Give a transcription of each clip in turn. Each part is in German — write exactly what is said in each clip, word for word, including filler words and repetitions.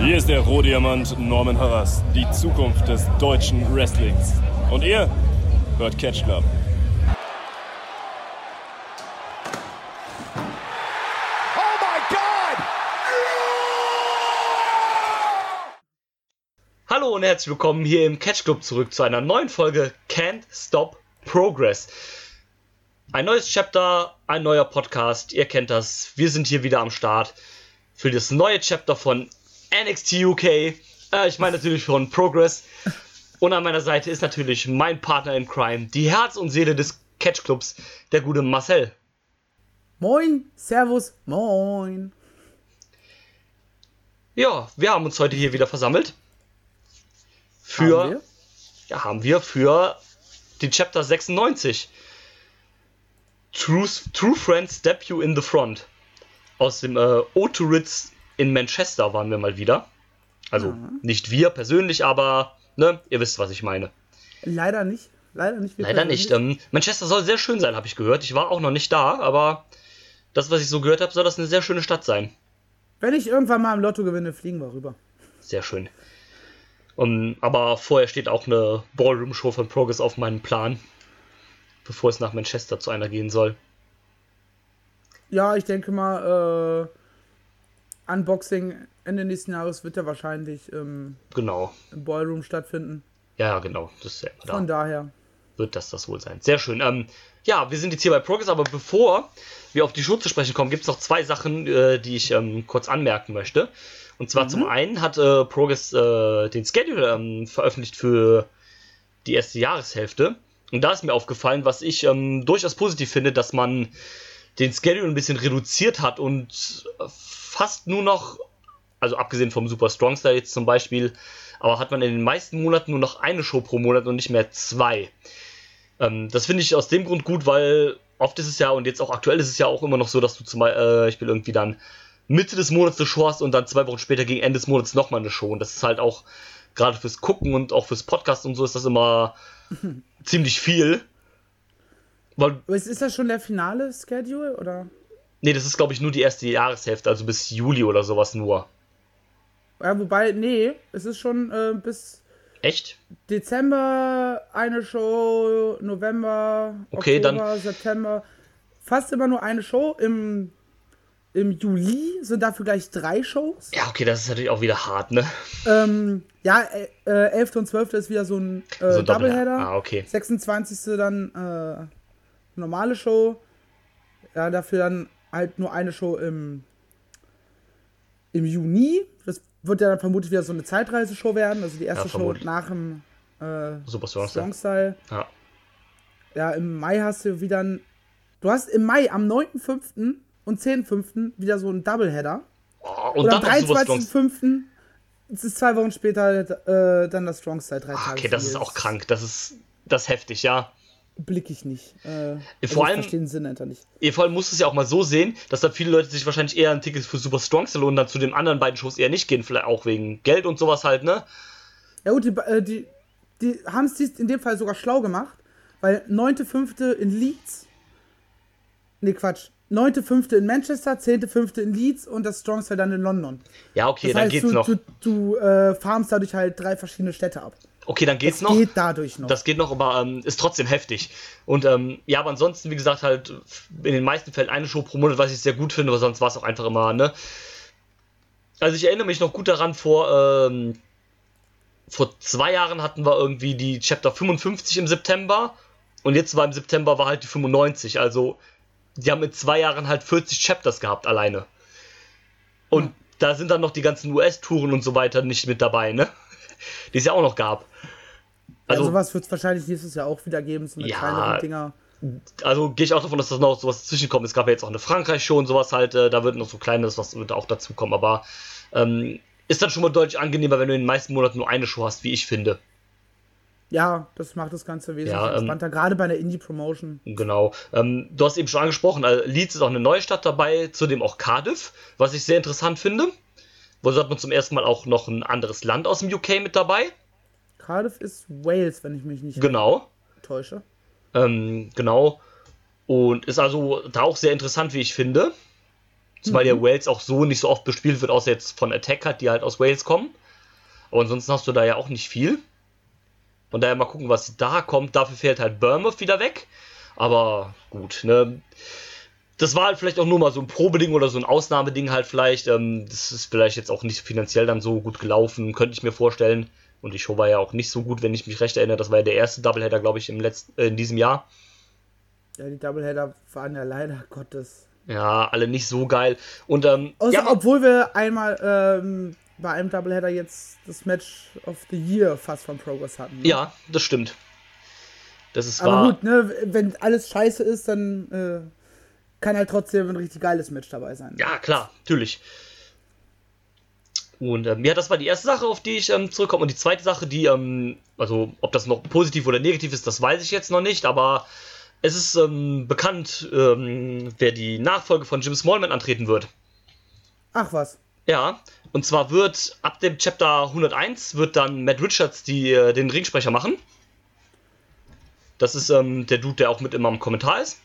Hier ist der Rohdiamant Norman Harras, die Zukunft des deutschen Wrestlings. Und ihr hört Catch Club. Oh my God! Hallo und herzlich willkommen hier im Catch Club zurück zu einer neuen Folge Can't Stop Progress. Ein neues Chapter, ein neuer Podcast, ihr kennt das. Wir sind hier wieder am Start für das neue Chapter von N X T U K. Äh, ich meine natürlich von Progress. Und an meiner Seite ist natürlich mein Partner in Crime, die Herz und Seele des Catch Clubs, der gute Marcel. Moin, Servus, moin. Ja, wir haben uns heute hier wieder versammelt. Für, Haben wir? ja, haben wir für die Chapter sechsundneunzig. True, True Friends Debut in the Front. Aus dem äh, O zwei Ritz in Manchester waren wir mal wieder. Also Ja. nicht wir persönlich, aber ne, ihr wisst, was ich meine. Leider nicht. Leider nicht. wir Leider nicht. Ähm, Manchester soll sehr schön sein, habe ich gehört. Ich war auch noch nicht da, aber das, was ich so gehört habe, soll das eine sehr schöne Stadt sein. Wenn ich irgendwann mal im Lotto gewinne, fliegen wir rüber. Sehr schön. Um, aber vorher steht auch eine Ballroom-Show von Progress auf meinem Plan, bevor es nach Manchester zu einer gehen soll. Ja, ich denke mal, äh, Unboxing Ende nächsten Jahres wird ja wahrscheinlich ähm, Genau. im Ballroom stattfinden. Ja, ja, genau. Das ist ja immer Von da. daher. Wird das das wohl sein. Sehr schön. Ähm, ja, wir sind jetzt hier bei Progress, aber bevor wir auf die Show zu sprechen kommen, gibt es noch zwei Sachen, äh, die ich ähm, kurz anmerken möchte. Und zwar Mhm. zum einen hat äh, Progress äh, den Schedule ähm, veröffentlicht für die erste Jahreshälfte. Und da ist mir aufgefallen, was ich ähm, durchaus positiv finde, dass man den Schedule ein bisschen reduziert hat und fast nur noch, also abgesehen vom Super Strong Style jetzt zum Beispiel, aber hat man in den meisten Monaten nur noch eine Show pro Monat und nicht mehr zwei. Ähm, das finde ich aus dem Grund gut, weil oft ist es ja, und jetzt auch aktuell ist es ja auch immer noch so, dass du zum Beispiel äh, irgendwie dann Mitte des Monats eine Show hast und dann zwei Wochen später gegen Ende des Monats nochmal eine Show. Und das ist halt auch, gerade fürs Gucken und auch fürs Podcast und so, ist das immer ziemlich viel. Weil, Aber ist ist das schon der finale Schedule, oder? nee, das ist glaube ich nur die erste Jahreshälfte, also bis Juli oder sowas nur. Ja, wobei, nee, es ist schon äh, bis Echt? Dezember eine Show, November, Okay, Oktober, dann- September. Fast immer nur eine Show. Im, Im Juli sind dafür gleich drei Shows. Ja, okay, das ist natürlich auch wieder hart, ne? Ähm, ja, äh, äh, elfter und zwölfter ist wieder so ein, äh, So ein Doppel- Doubleheader. Ah, okay. sechsundzwanzigster dann äh, normale Show. Ja, dafür dann halt nur eine Show im, im Juni. Das wird ja dann vermutlich wieder so eine Zeitreise-Show werden. Also die erste Ja, Show vermutlich. nach dem äh, Super Strong Style. Strong Style. Ja. Ja, im Mai hast du wieder ein. Du hast im Mai am neunten fünften und zehnten fünften wieder so einen Doubleheader. Oh, und Und dann am noch Super Strong dreiundzwanzigsten fünften Es ist zwei Wochen später äh, dann das Strong Style drei Ah, Tage. okay, das ist auch krank. Das ist, das ist heftig, ja. Blick ich nicht. Äh, Vor also ich allem- verstehe den Sinn einfach nicht. Ihr vor allem musst es ja auch mal so sehen, dass da viele Leute sich wahrscheinlich eher ein Ticket für Super Strong Style und dann zu den anderen beiden Shows eher nicht gehen, vielleicht auch wegen Geld und sowas halt, ne? Ja gut, die, äh, die, die haben es in dem Fall sogar schlau gemacht, weil neunter fünfter in Leeds. Nee, Quatsch. neunter fünfter in Manchester, zehnter fünfter in Leeds und das Strong Style dann in London. Ja, okay, Das dann heißt, geht's du, noch. du, du äh, farmst dadurch halt drei verschiedene Städte ab. Okay, dann geht's Das noch. geht dadurch noch. Das geht noch, aber ähm, ist trotzdem heftig. Und ähm, ja, aber ansonsten, wie gesagt, halt in den meisten Fällen eine Show pro Monat, was ich sehr gut finde, aber sonst war es auch einfach immer, ne? Also ich erinnere mich noch gut daran, vor, ähm, vor zwei Jahren hatten wir irgendwie die Chapter fünfundfünfzig im September und jetzt war im September war halt die fünfundneunzig. Also die haben in zwei Jahren halt vierzig Chapters gehabt alleine. Und Hm. da sind dann noch die ganzen U S-Touren und so weiter nicht mit dabei, ne? Die es ja auch noch gab. Also Also, sowas wird es wahrscheinlich nächstes Jahr auch wieder geben, so eine Ja. kleineren Dinger. also gehe ich auch davon, dass das noch sowas zwischenkommt. Es gab ja jetzt auch eine Frankreich-Show und sowas halt, äh, da wird noch so kleines, was wird auch dazu kommen, aber ähm, ist dann schon mal deutlich angenehmer, wenn du in den meisten Monaten nur eine Show hast, wie ich finde. Ja, das macht das Ganze wesentlich Ja, ähm, entspannter, gerade bei der Indie-Promotion. Genau. Ähm, du hast eben schon angesprochen, also Leeds ist auch eine neue Stadt dabei, zudem auch Cardiff, was ich sehr interessant finde. Wo hat man zum ersten Mal auch noch ein anderes Land aus dem U K mit dabei. Cardiff ist Wales, wenn ich mich nicht Genau. täusche. Ähm, genau. Und ist also da auch sehr interessant, wie ich finde. Zumal Mhm. der Wales auch so nicht so oft bespielt wird, außer jetzt von Attack hat, die halt aus Wales kommen. Aber ansonsten hast du da ja auch nicht viel. Von daher mal gucken, was da kommt. Dafür fällt halt Bournemouth wieder weg. Aber gut, ne. Das war halt vielleicht auch nur mal so ein Probeding oder so ein Ausnahmeding halt vielleicht. Ähm, das ist vielleicht jetzt auch nicht finanziell dann so gut gelaufen, könnte ich mir vorstellen. Und die Show war ja auch nicht so gut, wenn ich mich recht erinnere. Das war ja der erste Doubleheader, glaube ich, im letzten, äh, in diesem Jahr. Ja, die Doubleheader waren ja leider Gottes. Ja, alle nicht so geil. Und, ähm, Außer, ja, obwohl wir einmal ähm, bei einem Doubleheader jetzt das Match of the Year fast von Progress hatten. Ne? ja, das stimmt. Das ist Aber wahr. gut, ne, wenn alles scheiße ist, dann äh, kann halt trotzdem ein richtig geiles Match dabei sein. Ja, klar, natürlich. Und ähm, ja, das war die erste Sache, auf die ich ähm, zurückkomme. Und die zweite Sache, die, ähm, also ob das noch positiv oder negativ ist, das weiß ich jetzt noch nicht, aber es ist ähm, bekannt, ähm, wer die Nachfolge von Jim Smallman antreten wird. Ach was. Ja, und zwar wird ab dem Chapter hunderteins wird dann Matt Richards die, äh, den Ringsprecher machen. Das ist ähm, der Dude, der auch mit immer im Kommentar ist.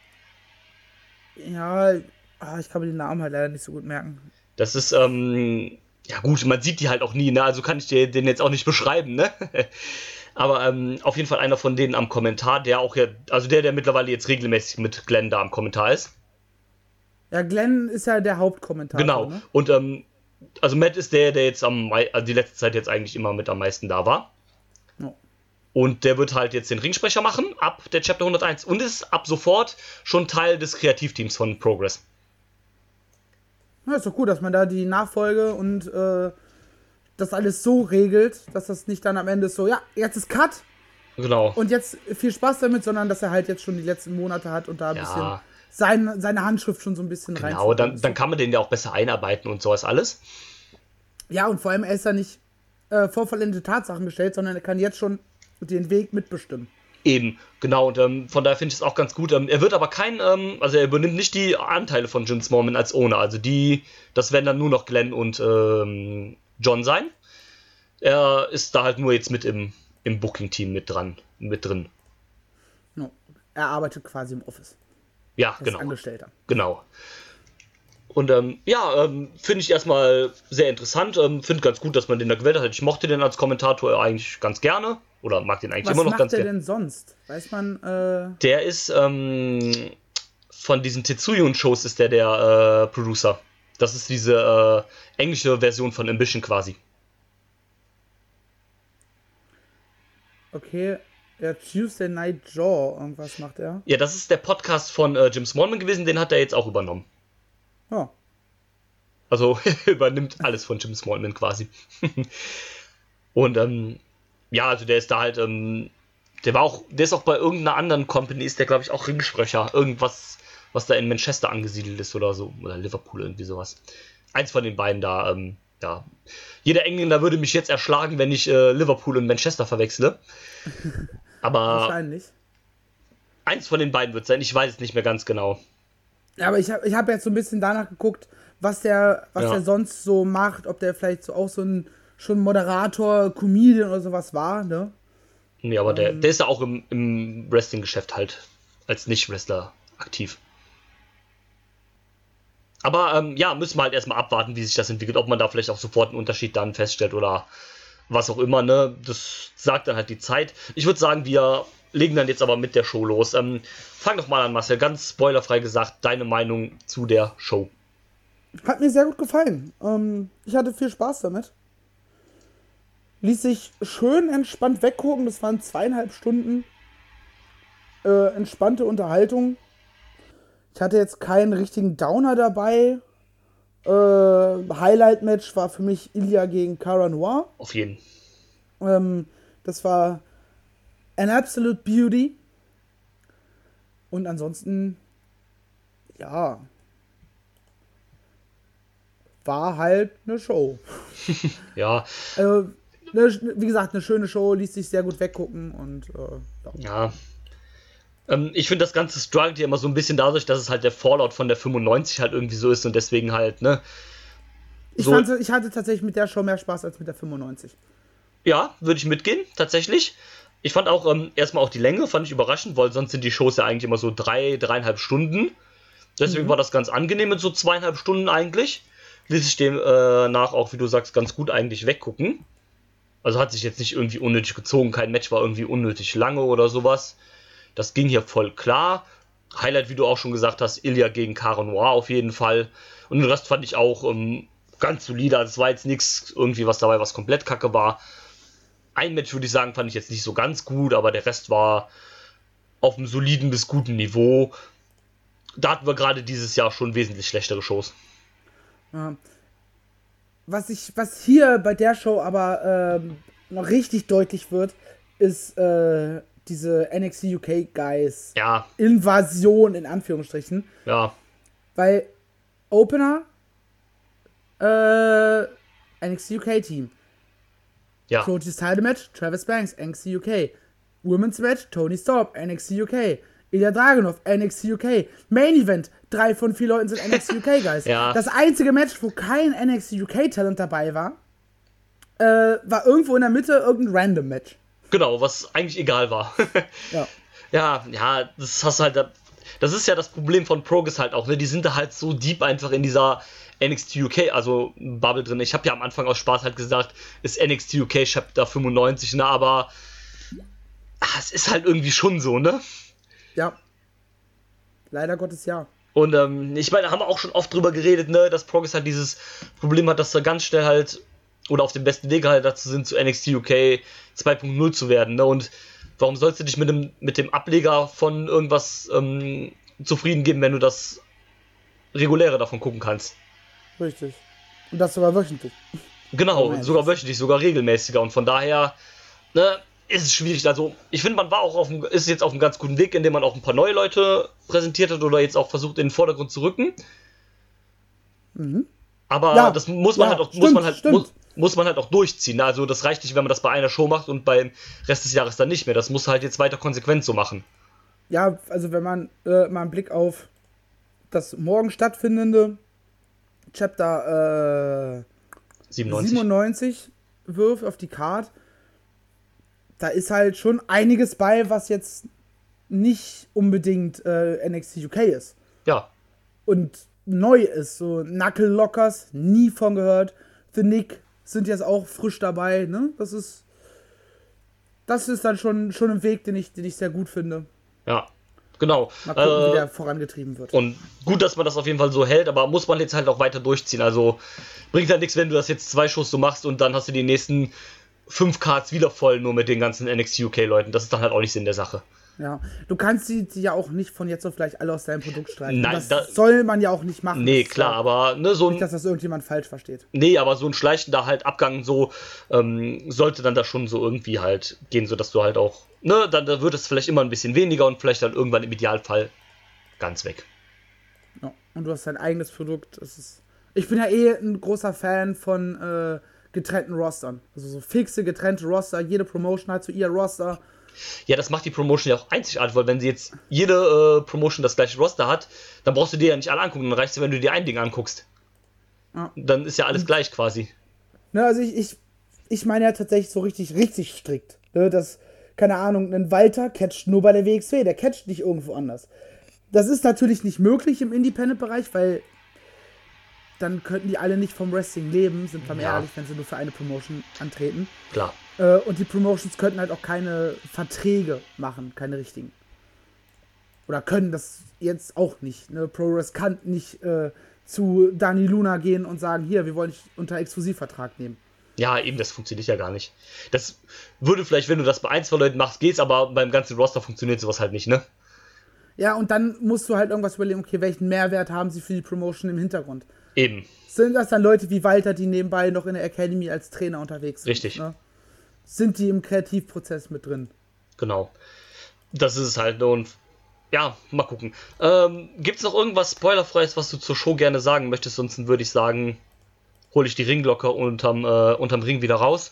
Ja, ah, ich kann mir den Namen halt leider nicht so gut merken. Das ist, ähm, ja gut, man sieht die halt auch nie, ne? Also kann ich dir den jetzt auch nicht beschreiben, ne? Aber ähm, auf jeden Fall einer von denen am Kommentar, der auch ja, also der, der mittlerweile jetzt regelmäßig mit Glenn da am Kommentar ist. Ja, Glenn ist ja der Hauptkommentator. Genau. Ne? Und ähm, also Matt ist der, der jetzt am mei- also die letzte Zeit jetzt eigentlich immer mit am meisten da war. Ja. Und der wird halt jetzt den Ringsprecher machen, ab der Chapter hunderteins und ist ab sofort schon Teil des Kreativteams von Progress. Ja, ist doch gut, dass man da die Nachfolge und äh, das alles so regelt, dass das nicht dann am Ende ist so, ja, jetzt ist Cut Genau. und jetzt viel Spaß damit, sondern dass er halt jetzt schon die letzten Monate hat und da ein Ja. bisschen sein, seine Handschrift schon so ein bisschen rein. Genau, dann, dann kann man den ja auch besser einarbeiten und sowas alles. Ja, und vor allem, er ist ja nicht äh, vor vollendete Tatsachen gestellt, sondern er kann jetzt schon den Weg mitbestimmen. Eben, genau, und ähm, von daher finde ich es auch ganz gut. Ähm, er wird aber kein, ähm, also er übernimmt nicht die Anteile von Jim Smallman als Owner. Also die, das werden dann nur noch Glenn und ähm, John sein. Er ist da halt nur jetzt mit im, im Booking-Team mit dran, mit drin. No. Er arbeitet quasi im Office. Ja, Er ist genau. Angestellter. Genau. Und ähm, ja, ähm, finde ich erstmal sehr interessant. Ähm, finde ganz gut, dass man den da gewählt hat. Ich mochte den als Kommentator eigentlich ganz gerne. Oder mag den eigentlich Was immer noch macht ganz er gerne. denn sonst? Weiß man, äh, Der ist ähm, von diesen Tetsuyun-Shows ist der der äh, Producer. Das ist diese äh, englische Version von Ambition quasi. okay, ja, Tuesday Night Jaw, irgendwas macht er. Ja, das ist der Podcast von äh, Jim Smallman gewesen, den hat er jetzt auch übernommen. Ja. Also übernimmt alles von Jim Smallman quasi. Und ähm, ja, also der ist da halt, ähm, der war auch, der ist auch bei irgendeiner anderen Company, ist der glaube ich auch Ringsprecher. Irgendwas, was da in Manchester angesiedelt ist oder so. Oder Liverpool, irgendwie sowas. Eins von den beiden da, ähm, ja. Jeder Engländer würde mich jetzt erschlagen, wenn ich äh, Liverpool und Manchester verwechsle. Aber Wahrscheinlich. eins von den beiden wird sein, ich weiß es nicht mehr ganz genau. Ja, aber ich habe ich hab jetzt so ein bisschen danach geguckt, was der, was Ja. der sonst so macht, ob der vielleicht so auch so ein schon Moderator, Comedian oder sowas war, ne? Nee, aber der, der ist ja auch im, im Wrestling-Geschäft halt als Nicht-Wrestler aktiv. Aber ähm, ja, müssen wir halt erstmal abwarten, wie sich das entwickelt, ob man da vielleicht auch sofort einen Unterschied dann feststellt oder was auch immer, ne? Das sagt dann halt die Zeit. Ich würde sagen, wir legen dann jetzt aber mit der Show los. Ähm, fang doch mal an, Marcel, ganz spoilerfrei gesagt, deine Meinung zu der Show. Hat mir sehr gut gefallen. Ähm, ich hatte viel Spaß damit. Ließ sich schön entspannt weggucken. Das waren zweieinhalb Stunden äh, entspannte Unterhaltung. Ich hatte jetzt keinen richtigen Downer dabei. Äh, Highlight-Match war für mich Ilya gegen Cara Noir. Auf jeden. Ähm, das war an absolute beauty. Und ansonsten, ja, war halt eine Show. Ja, Also, ne, wie gesagt, eine schöne Show, ließ sich sehr gut weggucken und äh, ja. ja. Ähm, ich finde, das Ganze struggelt ja immer so ein bisschen dadurch, dass es halt der Fallout von der fünfundneunzig halt irgendwie so ist und deswegen halt, ne? Ich, So- fand, ich hatte tatsächlich mit der Show mehr Spaß als mit der fünfundneunzig. Ja, würde ich mitgehen, tatsächlich. Ich fand auch ähm, erstmal auch die Länge, fand ich überraschend, weil sonst sind die Shows ja eigentlich immer so drei, dreieinhalb Stunden. Deswegen Mhm. war das ganz angenehm mit so zweieinhalb Stunden eigentlich. Ließ sich dem äh, nach auch, wie du sagst, ganz gut eigentlich weggucken. Also hat sich jetzt nicht irgendwie unnötig gezogen. Kein Match war irgendwie unnötig lange oder sowas. Das ging hier voll klar. Highlight, wie du auch schon gesagt hast, Ilya gegen Cara Noir auf jeden Fall. Und den Rest fand ich auch ähm, ganz solide. Also es war jetzt nichts irgendwie was dabei, was komplett kacke war. Ein Match, würde ich sagen, fand ich jetzt nicht so ganz gut, aber der Rest war auf einem soliden bis guten Niveau. Da hatten wir gerade dieses Jahr schon wesentlich schlechtere Shows. Ja. Was, ich, was hier bei der Show aber ähm, noch richtig deutlich wird, ist äh, diese N X T U K Guys Ja, Invasion in Anführungsstrichen. ja, Weil Opener äh, N X T U K Team. ja, Protest Title Match, Travis Banks, N X T U K. Women's Match, Tony Storm, N X T U K. Ilya Dragunov, N X T U K. Main Event, drei von vier Leuten sind N X T U K Guys. Ja. Das einzige Match, wo kein N X T U K Talent dabei war, äh, war irgendwo in der Mitte irgendein Random Match. genau, was eigentlich egal war. Ja. Ja, ja, das hast du halt. Das ist ja das Problem von Progress halt auch, ne? Die sind da halt so deep einfach in dieser N X T U K, also Bubble drin. Ich habe ja am Anfang aus Spaß halt gesagt, ist N X T U K Chapter fünfundneunzig, ne? Aber ach, es ist halt irgendwie schon so, ne? Ja. Leider Gottes ja. Und ähm, ich meine, da haben wir auch schon oft drüber geredet, ne? Dass Progress halt dieses Problem hat, dass er ganz schnell halt oder auf dem besten Weg halt dazu sind, zu N X T U K zwei Punkt null zu werden, ne? Und warum sollst du dich mit dem, mit dem Ableger von irgendwas ähm, zufrieden geben, wenn du das Reguläre davon gucken kannst? Richtig. Und das sogar wöchentlich. Genau, Oh nein, sogar das- wöchentlich, sogar regelmäßiger. Und von daher, ne, ist es schwierig. Also, ich finde, man war auch auf dem, ist jetzt auf einem ganz guten Weg, indem man auch ein paar neue Leute präsentiert hat oder jetzt auch versucht, in den Vordergrund zu rücken. Aber Ja, das muss man ja, halt auch, muss stimmt, man halt, stimmt. muss, muss man halt auch durchziehen. Also, das reicht nicht, wenn man das bei einer Show macht und beim Rest des Jahres dann nicht mehr. Das muss halt jetzt weiter konsequent so machen. Ja, also wenn man äh, mal einen Blick auf das morgen stattfindende Chapter äh, siebenundneunzig. siebenundneunzig wirft auf die Card, da ist halt schon einiges bei, was jetzt nicht unbedingt äh, N X T U K ist. Ja, Und neu ist. So Knuckle Lockers, nie von gehört. The Nick sind jetzt auch frisch dabei, ne? Das ist. Das ist dann schon, schon ein Weg, den ich, den ich sehr gut finde. ja, genau. Mal gucken, Äh, wie der vorangetrieben wird. Und gut, dass man das auf jeden Fall so hält, aber muss man jetzt halt auch weiter durchziehen. Also bringt halt nichts, wenn du das jetzt zwei Shows so machst und dann hast du die nächsten fünf Cards wieder voll, nur mit den ganzen N X T U K-Leuten. Das ist dann halt auch nicht Sinn der Sache. Ja, du kannst sie die ja auch nicht von jetzt auf gleich alle aus deinem Produkt streichen. Nein, das da- soll man ja auch nicht machen. Nee, Das ist klar, ja aber ne, so nicht, ein, dass das irgendjemand falsch versteht. nee, aber so ein schleichender halt Abgang so ähm, sollte dann da schon so irgendwie halt gehen, sodass du halt auch, ne, dann da wird es vielleicht immer ein bisschen weniger und vielleicht dann irgendwann im Idealfall ganz weg. Ja. Und du hast dein eigenes Produkt. Das ist ich bin ja eh ein großer Fan von äh, getrennten Rostern. Also so fixe, getrennte Roster. Jede Promotion hat so ihr Roster. Ja, das macht die Promotion ja auch einzigartig, weil wenn sie jetzt jede äh, Promotion das gleiche Roster hat, dann brauchst du dir ja nicht alle angucken, dann reicht es, wenn du dir ein Ding anguckst. Ja. Dann ist ja alles gleich quasi. Ne, also ich, ich, ich meine ja tatsächlich so richtig, richtig strikt. Ne, dass, keine Ahnung, ein Walter catcht nur bei der W X W, der catcht nicht irgendwo anders. Das ist natürlich nicht möglich im Independent-Bereich, weil dann könnten die alle nicht vom Wrestling leben, sind wir mal Ja. ehrlich, wenn sie nur für eine Promotion antreten. Klar. Äh, und die Promotions könnten halt auch keine Verträge machen, keine richtigen. Oder können das jetzt auch nicht. Ne? ProWrest kann nicht äh, zu Dani Luna gehen und sagen, hier, wir wollen dich unter Exklusivvertrag nehmen. Ja, eben, das funktioniert ja gar nicht. Das würde vielleicht, wenn du das bei ein, zwei Leuten machst, geht's, aber beim ganzen Roster funktioniert sowas halt nicht, ne? Ja, und dann musst du halt irgendwas überlegen, okay, welchen Mehrwert haben sie für die Promotion im Hintergrund? Eben. Sind das dann Leute wie Walter, die nebenbei noch in der Academy als Trainer unterwegs sind? Richtig. Ne? Sind die im Kreativprozess mit drin? Genau. Das ist es halt. Und ja, mal gucken. Ähm, gibt's noch irgendwas Spoilerfreies, was du zur Show gerne sagen möchtest? Sonst würde ich sagen, hole ich die Ringglocke unterm, äh, unterm Ring wieder raus.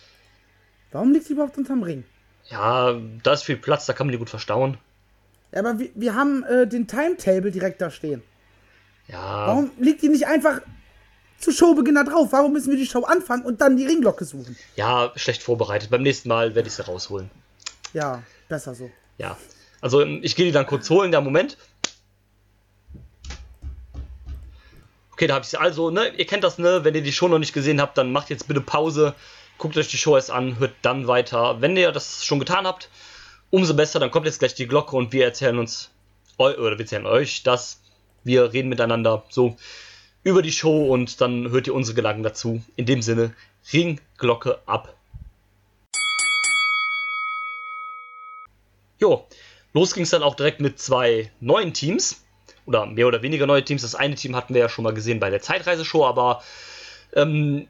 Warum liegt die überhaupt unterm Ring? Ja, da ist viel Platz, da kann man die gut verstauen. Ja, aber wir, wir haben äh, den Timetable direkt da stehen. Ja, Warum liegt die nicht einfach zu Showbeginn da drauf? Warum müssen wir die Show anfangen und dann die Ringglocke suchen? ja, schlecht vorbereitet. Beim nächsten Mal werde ich sie rausholen. Ja, besser so. Ja. Also ich gehe die dann kurz holen, der Moment. Okay, da habe ich sie. Also, ne, ihr kennt das, ne? Wenn ihr die Show noch nicht gesehen habt, dann macht jetzt bitte Pause, guckt euch die Show erst an, hört dann weiter. Wenn ihr das schon getan habt, umso besser, dann kommt jetzt gleich die Glocke und wir erzählen uns, oder wir erzählen euch das. Wir reden miteinander so über die Show und dann hört ihr unsere Gedanken dazu. In dem Sinne, Ringglocke ab. Jo, los ging es dann auch direkt mit zwei neuen Teams. Oder mehr oder weniger neue Teams. Das eine Team hatten wir ja schon mal gesehen bei der Zeitreise-Show, aber ähm,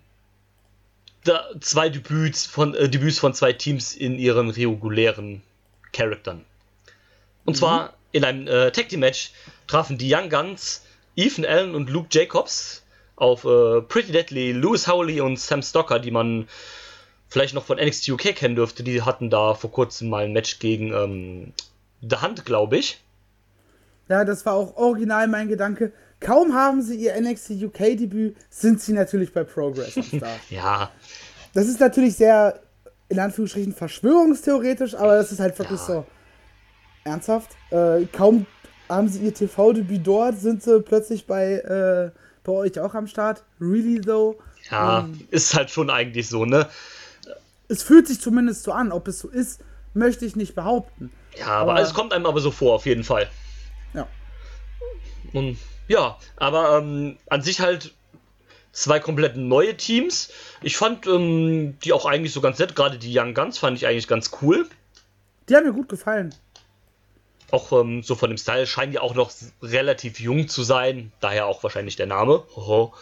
da zwei Debüts von, äh, Debüts von zwei Teams in ihren regulären Charaktern. Und mhm. zwar in einem äh, Tag-Team-Match trafen die Young Guns, Ethan Allen und Luke Jacobs auf äh, Pretty Deadly, Lewis Howley und Sam Stocker, die man vielleicht noch von N X T U K kennen dürfte. Die hatten da vor kurzem mal ein Match gegen ähm, The Hunt, glaube ich. Ja, das war auch original mein Gedanke. Kaum haben sie ihr N X T U K-Debüt, sind sie natürlich bei Progress am Start. Ja. Das ist natürlich sehr, in Anführungsstrichen, verschwörungstheoretisch, aber das ist halt wirklich ja. so ernsthaft. Äh, kaum haben sie ihr T V-Debüt dort, sind sie plötzlich bei, äh, bei euch auch am Start. Really though? Ja, ähm, ist halt schon eigentlich so, ne? Es fühlt sich zumindest so an. Ob es so ist, möchte ich nicht behaupten. Ja, aber, aber es kommt einem aber so vor, auf jeden Fall. Ja. Und ja, aber ähm, an sich halt zwei komplett neue Teams. Ich fand ähm, die auch eigentlich so ganz nett. Gerade die Young Guns fand ich eigentlich ganz cool. Die haben mir gut gefallen. Auch ähm, so von dem Style scheinen die auch noch relativ jung zu sein. Daher auch wahrscheinlich der Name. Hoho.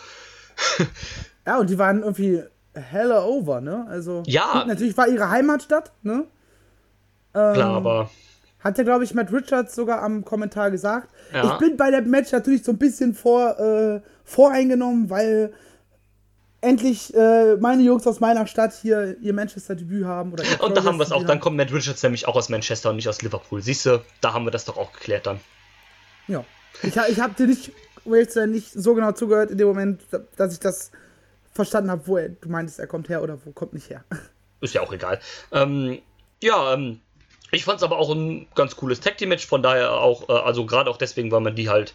Ja, und die waren irgendwie hella over, ne? Also, ja. Gut, natürlich war ihre Heimatstadt, ne? Ähm, Klar, aber... Hat ja, glaube ich, Matt Richards sogar am Kommentar gesagt. Ja. Ich bin bei dem Match natürlich so ein bisschen vor, äh, voreingenommen, weil endlich äh, meine Jungs aus meiner Stadt hier ihr Manchester-Debüt haben. Oder ihr und da haben wir es auch. haben. Dann kommt Matt Richards nämlich auch aus Manchester und nicht aus Liverpool. Siehst du, da haben wir das doch auch geklärt dann. Ja. Ich, ich habe dir nicht, nicht so genau zugehört in dem Moment, dass ich das verstanden habe, wo er, du meintest, er kommt her oder wo kommt nicht her. Ist ja auch egal. Ähm, ja, ähm, ich fand es aber auch ein ganz cooles Tag-Team-Match, von daher auch, äh, also gerade auch deswegen, weil man die halt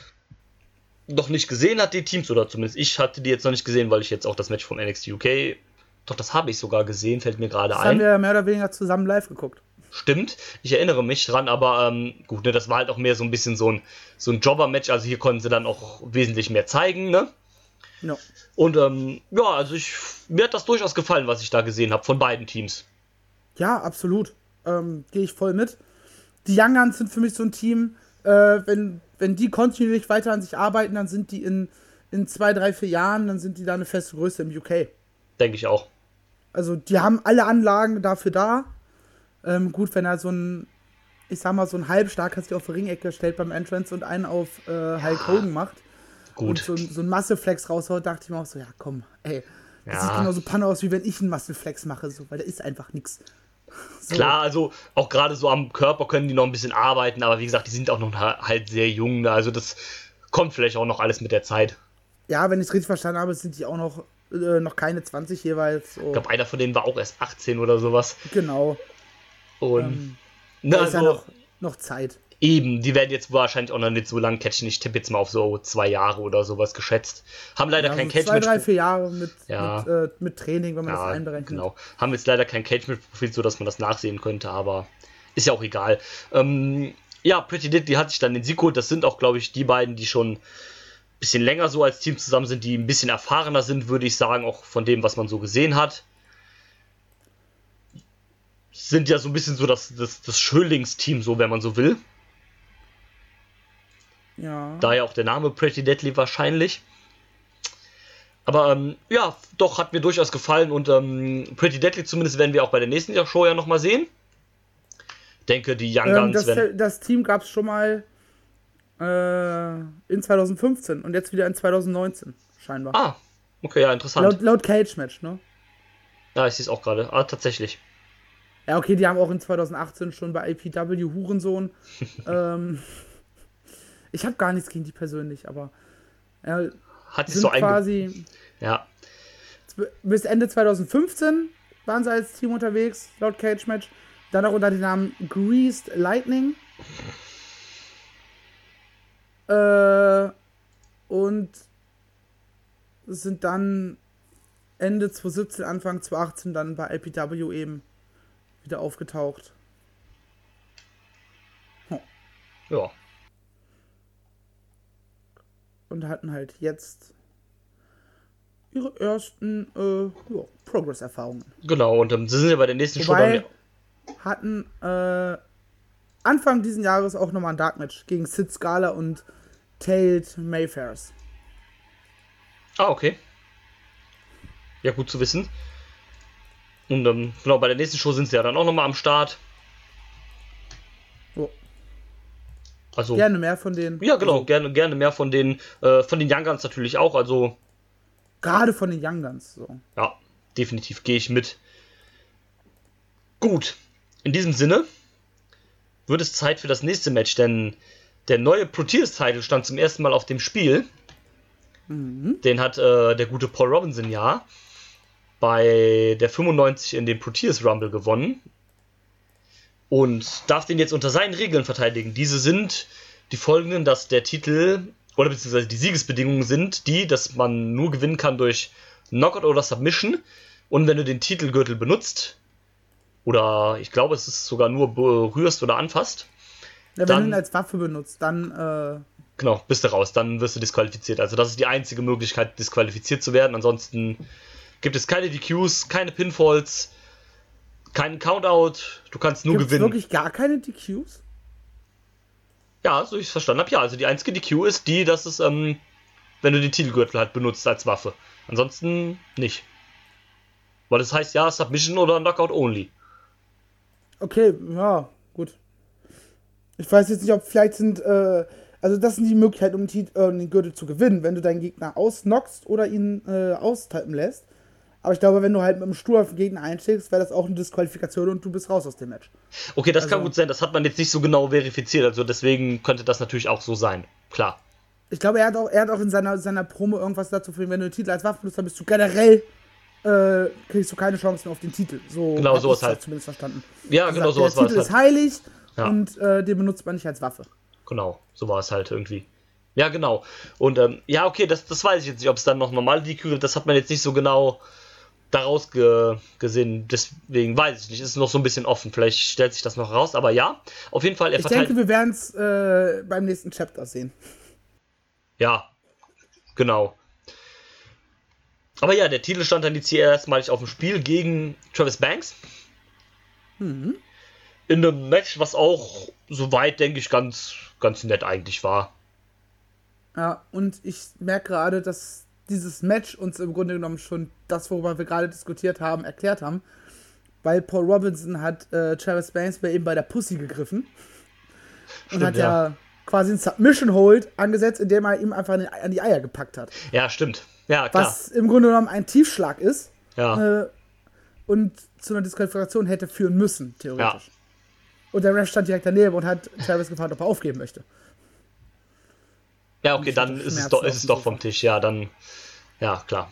noch nicht gesehen hat, die Teams, oder zumindest ich hatte die jetzt noch nicht gesehen, weil ich jetzt auch das Match vom N X T U K, doch das habe ich sogar gesehen, fällt mir gerade ein. Das haben wir mehr oder weniger zusammen live geguckt. Stimmt, ich erinnere mich dran, aber ähm, gut, ne, das war halt auch mehr so ein bisschen so ein, so ein Jobber-Match, also hier konnten sie dann auch wesentlich mehr zeigen, ne? Ja. Und ähm, ja, also ich, mir hat das durchaus gefallen, was ich da gesehen habe, von beiden Teams. Ja, absolut. Ähm, gehe ich voll mit. Die Young Guns sind für mich so ein Team, äh, wenn, wenn die kontinuierlich weiter an sich arbeiten, dann sind die in, in zwei, drei, vier Jahren, dann sind die da eine feste Größe im U K. Denke ich auch. Also die haben alle Anlagen dafür da. Ähm, gut, wenn er so ein, ich sag mal, so ein Halbstark hat sich auf die Ringecke stellt beim Entrance und einen auf äh, Hulk Hogan macht. Gut. Und so, ein- so ein Muscle-Flex raushaut, dachte ich mir auch so, ja komm, ey. Das Ja. sieht genauso Panne aus, wie wenn ich einen Muscle-Flex mache, so, weil da ist einfach nix. So. Klar, also auch gerade so am Körper können die noch ein bisschen arbeiten, aber wie gesagt, die sind auch noch halt sehr jung, ne? Also das kommt vielleicht auch noch alles mit der Zeit. Ja, wenn ich es richtig verstanden habe, sind die auch noch, äh, noch keine zwanzig jeweils. So. Ich glaube, einer von denen war auch erst achtzehn oder sowas. Genau. Und Ähm, ne, Da ist ja also, noch, noch Zeit. eben, die werden jetzt wahrscheinlich auch noch nicht so lange catchen. Ich tippe jetzt mal auf so zwei Jahre oder sowas geschätzt. Haben leider Ja, kein so Catch zwei, drei, mit vier Jahre mit, Ja. mit, äh, mit Training, wenn man das Ja, einberechnet. genau. Haben jetzt leider kein Cage-Profil, so dass man das nachsehen könnte, aber ist ja auch egal. Ähm, ja, Pretty Deadly hat sich dann den Sieg geholt. Das sind auch, glaube ich, die beiden, die schon ein bisschen länger so als Team zusammen sind, die ein bisschen erfahrener sind, würde ich sagen, auch von dem, was man so gesehen hat. Sind ja so ein bisschen so das, das, das Schönlingsteam, so wenn man so will. Ja. Daher auch der Name Pretty Deadly wahrscheinlich. Aber ähm, ja, doch, hat mir durchaus gefallen und ähm, Pretty Deadly zumindest werden wir auch bei der nächsten Show ja nochmal sehen. Ich denke, die Young Ähm, Guns das, werden... das Team gab es schon mal äh, in zwanzig fünfzehn und jetzt wieder in zwanzig neunzehn, scheinbar. Ah, okay, ja, interessant. Laut, laut Cage-Match, ne? Ja, ich sehe es auch gerade. Ah, tatsächlich. Ja, okay, die haben auch in zwanzig achtzehn schon bei I P W Hurensohn. ähm, ich habe gar nichts gegen die persönlich, aber äh, Hat sich sind so einge... quasi Ja, bis Ende zwanzig fünfzehn waren sie als Team unterwegs, laut Cage Match. Dann auch unter dem Namen Greased Lightning. Äh, und sind dann Ende zwanzig siebzehn, Anfang zwanzig achtzehn dann bei I P W eben wieder aufgetaucht. Oh. Ja. Und hatten halt jetzt ihre ersten äh, ja, Progress-Erfahrungen. Genau, und ähm, sie sind ja bei der nächsten Wobei, Show dann... hatten äh, Anfang diesen Jahres auch nochmal ein Dark-Match gegen Sid Scala und Tate Mayfairs. Ah, okay. Ja, gut zu wissen. Und ähm, genau, bei der nächsten Show sind sie ja dann auch nochmal am Start. Oh. Also, Gerne mehr von denen. ja, genau, Also, gerne, gerne mehr von den, äh, von den Young Guns natürlich auch. Also, gerade von den Young Guns. So. ja, definitiv gehe ich mit. Gut, in diesem Sinne wird es Zeit für das nächste Match, denn der neue Proteus-Title stand zum ersten Mal auf dem Spiel. Mhm. Den hat äh, der gute Paul Robinson ja bei der fünfundneunzig in dem Proteus Rumble gewonnen und darf den jetzt unter seinen Regeln verteidigen. Diese sind die folgenden, dass der Titel oder beziehungsweise die Siegesbedingungen sind die, dass man nur gewinnen kann durch Knockout oder Submission und wenn du den Titelgürtel benutzt oder ich glaube es ist sogar nur berührst oder anfasst. Ja, wenn dann, du ihn als Waffe benutzt, dann äh, genau, bist du raus, dann wirst du disqualifiziert. Also das ist die einzige Möglichkeit, disqualifiziert zu werden. Ansonsten gibt es keine D Qs, keine Pinfalls, keinen Countout. Du kannst nur gibt's gewinnen. Wirklich gar keine D Qs? Ja, so ich es verstanden habe. Ja, also die einzige D Q ist die, dass es, ähm, wenn du den Titelgürtel halt benutzt als Waffe. Ansonsten nicht. Weil das heißt ja Submission oder Knockout only. Okay, ja, gut. Ich weiß jetzt nicht, ob vielleicht sind, äh, also das sind die Möglichkeiten, um den, äh, den Gürtel zu gewinnen, wenn du deinen Gegner ausnockst oder ihn äh, austypen lässt. Aber ich glaube, wenn du halt mit dem Stuhl auf den Gegner einschlägst, wäre das auch eine Disqualifikation und du bist raus aus dem Match. Okay, das Also, kann gut sein, das hat man jetzt nicht so genau verifiziert, also deswegen könnte das natürlich auch so sein. Klar. Ich glaube, er hat auch, er hat auch in seiner, seiner Promo irgendwas dazu für, wenn du den Titel als Waffe benutzt, dann bist du generell, äh, kriegst du keine Chance mehr auf den Titel. So Genau, hab sowas ich das halt. zumindest verstanden. Ja, Gesagt, genau sowas der war Titel es ist halt. heilig Ja. und äh, den benutzt man nicht als Waffe. Genau, so war es halt irgendwie. Ja, genau. Und ähm, ja, okay, das, das weiß ich jetzt nicht, ob es dann noch normale D Q gibt, das hat man jetzt nicht so genau daraus ge gesehen, deswegen weiß ich nicht, ist noch so ein bisschen offen, vielleicht stellt sich das noch raus, aber ja, auf jeden Fall, er Ich verteilt... denke, wir werden es äh, beim nächsten Chapter sehen. Ja, genau. Aber ja, der Titel stand dann jetzt hier erstmalig auf dem Spiel gegen Travis Banks. Mhm. In einem Match, was auch soweit, denke ich, ganz, ganz nett eigentlich war. Ja, und ich merke gerade, dass dieses Match uns im Grunde genommen schon das, worüber wir gerade diskutiert haben, erklärt haben. Weil Paul Robinson hat äh, Travis Banks bei eben bei der Pussy gegriffen. Stimmt, und hat ja. ja quasi einen Submission Hold angesetzt, indem er ihm einfach an die Eier gepackt hat. Ja, stimmt. Ja, klar. Was im Grunde genommen ein Tiefschlag ist. Ja. Äh, und zu einer Disqualifikation hätte führen müssen, theoretisch. Ja. Und der Ref stand direkt daneben und hat Travis gefragt, ob er aufgeben möchte. Ja, okay, dann ist es doch, ist es doch vom Tisch. Ja, dann, ja, klar.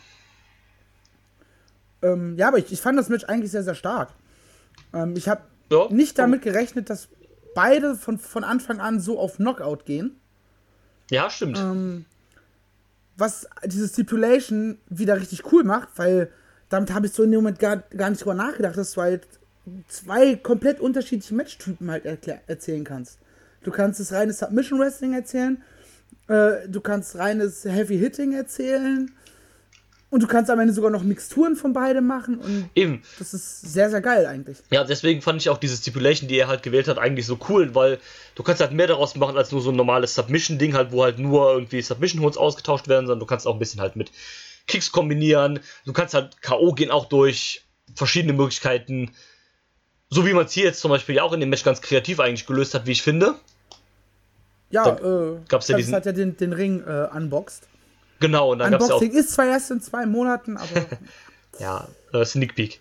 Ähm, ja, aber ich, ich fand das Match eigentlich sehr, sehr stark. Ähm, ich habe Ja. nicht damit gerechnet, dass beide von, von Anfang an so auf Knockout gehen. Ja, stimmt. Ähm, was diese Stipulation wieder richtig cool macht, weil damit habe ich so in dem Moment gar, gar nicht drüber nachgedacht, dass du halt zwei komplett unterschiedliche Matchtypen halt erklär, erzählen kannst. Du kannst das reine Submission Wrestling erzählen, äh, du kannst reines Heavy Hitting erzählen und du kannst am Ende sogar noch Mixturen von beidem machen und Eben. das ist sehr, sehr geil eigentlich. Ja, deswegen fand ich auch diese Stipulation, die er halt gewählt hat, eigentlich so cool, weil du kannst halt mehr daraus machen als nur so ein normales Submission-Ding, halt, wo halt nur irgendwie Submission-Holds ausgetauscht werden, sondern du kannst auch ein bisschen halt mit Kicks kombinieren. Du kannst halt K O gehen auch durch verschiedene Möglichkeiten. So wie man es hier jetzt zum Beispiel ja auch in dem Match ganz kreativ eigentlich gelöst hat, wie ich finde. Ja, Da äh, gab's ja Travis diesen- hat ja den, den Ring äh, unboxed. Genau, und dann gab es ja auch Unboxing ist zwar erst in zwei Monaten, aber ja, äh, Sneak Peek.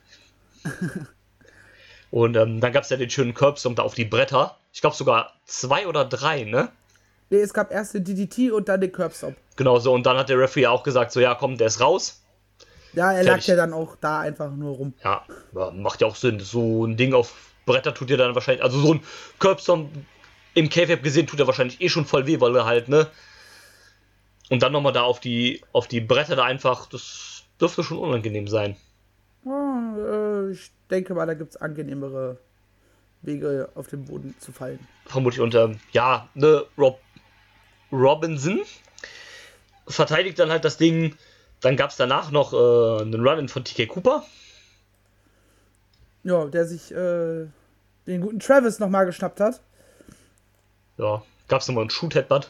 Und ähm, dann gab es ja den schönen Curbstomp da auf die Bretter. Ich glaube sogar zwei oder drei, ne? nee, es gab erst den D D T und dann den Curbstop. Genau so. Und dann hat der Referee auch gesagt, so ja, komm, der ist raus. Ja, er Fertig. lag ja dann auch da einfach nur rum. Ja, ja, macht ja auch Sinn. So ein Ding auf Bretter tut dir dann wahrscheinlich, also so ein Curbstomp im K-Fab gesehen tut er wahrscheinlich eh schon voll weh, weil er halt, ne? Und dann nochmal da auf die, auf die Bretter da einfach, das dürfte schon unangenehm sein. Oh, äh, ich denke mal, da gibt es angenehmere Wege, auf den Boden zu fallen. Vermutlich. Und ähm, ja, ne, Rob Robinson verteidigt dann halt das Ding. Dann gab es danach noch äh, einen Run-In von T K Cooper. Ja, der sich äh, den guten Travis nochmal geschnappt hat. Ja, gab es nochmal einen Shoot-Headbutt.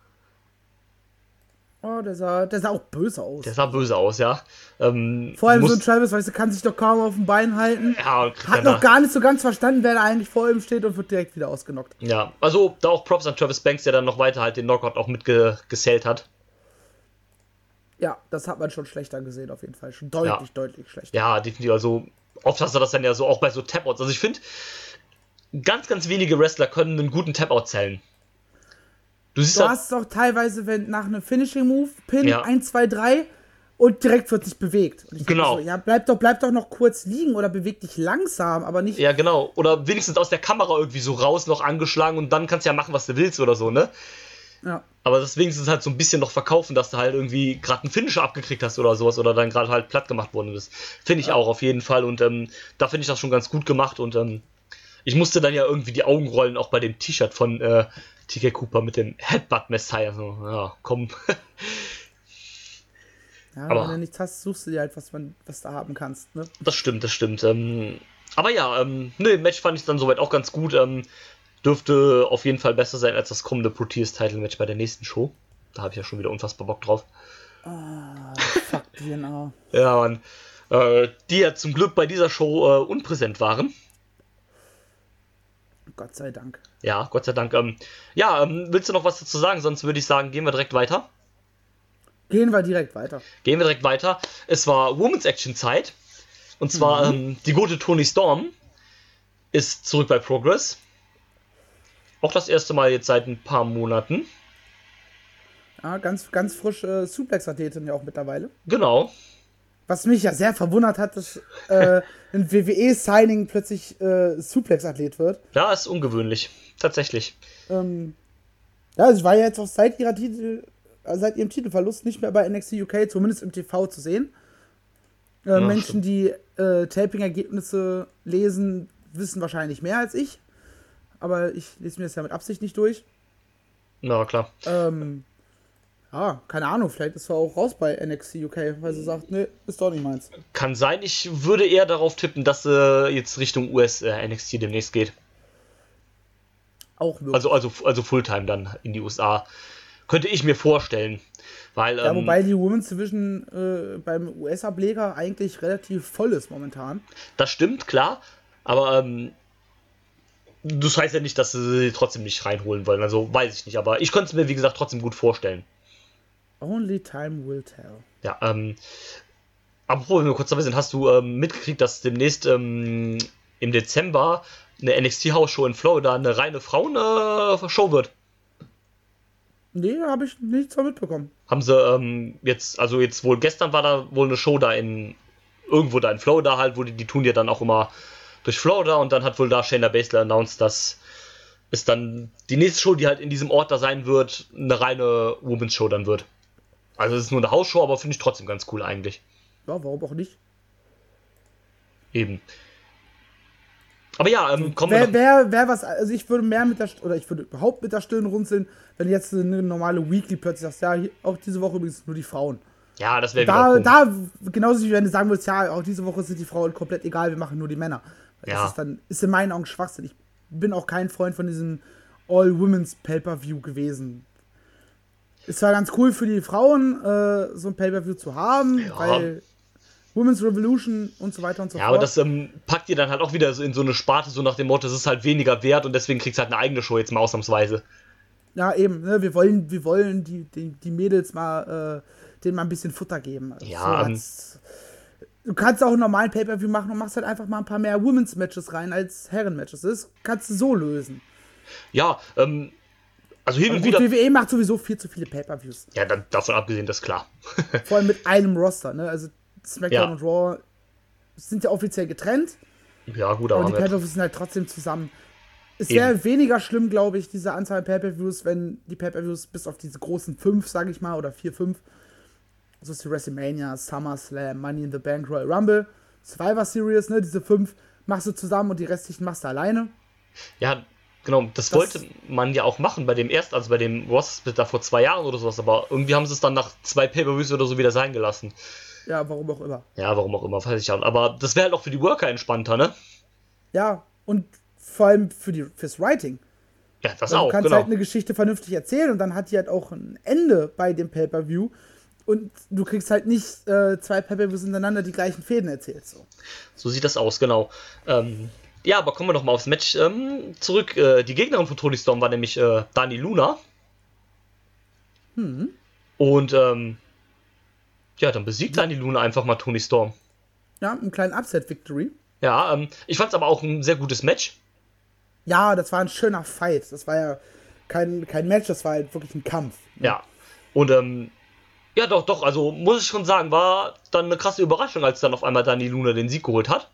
Oh, der sah, der sah auch böse aus. Der sah böse aus, ja. Ähm, Vor allem muss, so ein Travis, weißt du, kann sich doch kaum auf dem Bein halten. Ja, und Hat noch gar nicht so ganz verstanden, wer da eigentlich vor ihm steht und wird direkt wieder ausgenockt. Ja, also da auch Props an Travis Banks, der dann noch weiter halt den Knockout auch mitgesellt hat. Ja, das hat man schon schlechter gesehen, auf jeden Fall. Schon deutlich, Ja. deutlich schlechter. Ja, definitiv. Also oft hast du das dann ja so auch bei so Tap-Outs. Also ich finde, ganz, ganz wenige Wrestler können einen guten Tap-Out zählen. Du siehst Du halt, hast es auch teilweise, wenn nach einem Finishing-Move, Pin, Ja. eins, zwei, drei und direkt wird sich bewegt. Und ich denke Genau. So, ja, bleib doch, bleib doch noch kurz liegen oder beweg dich langsam, aber nicht. ja genau, oder wenigstens aus der Kamera irgendwie so raus noch angeschlagen und dann kannst du ja machen, was du willst oder so, ne? Ja. Aber das wenigstens halt so ein bisschen noch verkaufen, dass du halt irgendwie gerade einen Finisher abgekriegt hast oder sowas oder dann gerade halt platt gemacht worden bist. Finde ich Ja. auch auf jeden Fall und ähm, da finde ich das schon ganz gut gemacht und ähm, ich musste dann ja irgendwie die Augen rollen, auch bei dem T-Shirt von äh, T K Cooper mit dem Headbutt Messiah. So, ja, komm. Ja, Aber- wenn du nichts hast, suchst du dir halt, was, man, was du haben kannst. Ne? Das stimmt, das stimmt. Ähm, aber ja, ähm, ne, im Match fand ich dann soweit auch ganz gut. Ähm, dürfte auf jeden Fall besser sein als das kommende Proteus-Title-Match bei der nächsten Show. Da habe ich ja schon wieder unfassbar Bock drauf. Ah, fuck D N A. Ja, Mann. Äh, die ja zum Glück bei dieser Show äh, unpräsent waren. Gott sei Dank. Ja, Gott sei Dank. Ähm, ja, ähm, willst du noch was dazu sagen? Sonst würde ich sagen, gehen wir direkt weiter. Gehen wir direkt weiter. Gehen wir direkt weiter. Es war Women's Action Zeit. Und zwar Mhm. ähm, die gute Toni Storm ist zurück bei Progress. Auch das erste Mal jetzt seit ein paar Monaten. Ja, ganz, ganz frisch äh, Suplex-Athletin ja auch mittlerweile. Genau. Was mich ja sehr verwundert hat, dass äh, ein W W E-Signing plötzlich äh, Suplex-Athlet wird. Ja, ist ungewöhnlich. Tatsächlich. Ähm, ja, sie war ja jetzt auch seit, ihrer Titel, äh, seit ihrem Titelverlust nicht mehr bei N X T U K, zumindest im T V zu sehen. Äh, Ja, Menschen, die äh, Taping-Ergebnisse lesen, wissen wahrscheinlich mehr als ich. Aber ich lese mir das ja mit Absicht nicht durch. Na klar. Ähm, ja, keine Ahnung, vielleicht ist er auch raus bei N X T U K, weil sie sagt, nee, ist doch nicht meins. Kann sein. Ich würde eher darauf tippen, dass äh, jetzt Richtung U S äh, N X T demnächst geht. Auch möglich. Also, also, also Fulltime dann in die U S A. Könnte ich mir vorstellen. Weil, Ja, ähm, wobei die Women's Division äh, beim U S-Ableger eigentlich relativ voll ist momentan. das stimmt, klar. Aber ähm, das heißt ja nicht, dass sie sie trotzdem nicht reinholen wollen. Also weiß ich nicht. Aber ich könnte es mir, wie gesagt, trotzdem gut vorstellen. Only time will tell. Ja, ähm. Apropos, wenn wir kurz dabei sind, hast du ähm, mitgekriegt, dass demnächst ähm, im Dezember eine N X T-House-Show in Florida eine reine Frauen-Show wird? Nee, habe ich nichts von mitbekommen. Haben sie ähm, jetzt, also jetzt wohl gestern war da wohl eine Show da in, irgendwo da in Florida halt, wo die, die tun ja dann auch immer durch Florida und dann hat wohl da Shayna Baszler announced, dass es dann die nächste Show, die halt in diesem Ort da sein wird, eine reine Women's Show dann wird. Also es ist nur eine Hausshow, aber finde ich trotzdem ganz cool eigentlich. Ja, warum auch nicht? Eben. Aber ja, ähm, kommen wir Wer, noch. wer, wer was, also ich würde mehr mit der, oder ich würde überhaupt mit der Stirn runzeln, wenn jetzt eine normale Weekly plötzlich sagst, ja, hier, auch diese Woche übrigens nur die Frauen. Ja, das wäre Da, wieder komisch. da, genauso wie wenn du sagen würdest, ja, auch diese Woche sind die Frauen komplett egal, wir machen nur die Männer. Das Ja. ist dann, ist in meinen Augen Schwachsinn. Ich bin auch kein Freund von diesem All-Women's Pay-Per-View gewesen. Es war ganz cool für die Frauen, äh, so ein Pay-Per-View zu haben, Ja. weil Women's Revolution und so weiter und so Ja, fort. aber das ähm, packt ihr dann halt auch wieder so in so eine Sparte, so nach dem Motto, es ist halt weniger wert und deswegen kriegst du halt eine eigene Show jetzt mal ausnahmsweise. Ja, eben, ne, wir wollen, wir wollen die, die, die Mädels mal, äh, denen mal ein bisschen Futter geben. Also Ja, so ähm, als- du kannst auch einen normalen Pay-Per-View machen und machst halt einfach mal ein paar mehr Women's-Matches rein als Herren-Matches. Das kannst du so lösen. Ja, ähm, also hin Aber und gut, wieder. W W E macht sowieso viel zu viele Pay-Per-Views. Ja, dann, davon abgesehen, das ist klar. Vor allem mit einem Roster, ne? Also SmackDown Ja. und Raw sind ja offiziell getrennt, Ja, gut, aber aber die haben wir, Pay-Per-Views sind halt trotzdem zusammen. Es wäre weniger schlimm, glaube ich, diese Anzahl Pay-Per-Views, wenn die Pay-Per-Views bis auf diese großen fünf, sage ich mal, oder vier, fünf, so ist die WrestleMania, SummerSlam, Money in the Bank, Royal Rumble, Survivor Series, ne, diese fünf machst du zusammen und die restlichen machst du alleine. Ja, genau, das, das wollte man ja auch machen bei dem ersten, also bei dem Roster-Split da vor zwei Jahren oder sowas, aber irgendwie haben sie es dann nach zwei Pay-Per-Views oder so wieder sein gelassen. Ja, warum auch immer. Ja, warum auch immer, weiß ich auch. Aber das wäre halt auch für die Worker entspannter, ne? Ja, und vor allem für die, fürs Writing. Ja, das Weil auch, du kannst genau. halt eine Geschichte vernünftig erzählen und dann hat die halt auch ein Ende bei dem Pay-Per-View und du kriegst halt nicht äh, zwei Pay-Per-Views hintereinander die gleichen Fäden erzählt. So, so sieht das aus, genau. Ähm, ja, aber kommen wir noch mal aufs Match ähm, zurück. Äh, die Gegnerin von Toni Storm war nämlich äh, Dani Luna. Hm. Und ähm, ja, dann besiegt Dani Luna einfach mal Toni Storm. Ja, einen kleinen Upset-Victory. Ja, ähm, ich fand es aber auch ein sehr gutes Match. Ja, das war ein schöner Fight. Das war ja kein, kein Match, das war halt wirklich ein Kampf. Ne? Ja, und ähm, ja doch, doch, also muss ich schon sagen, war dann eine krasse Überraschung, als dann auf einmal Dani Luna den Sieg geholt hat.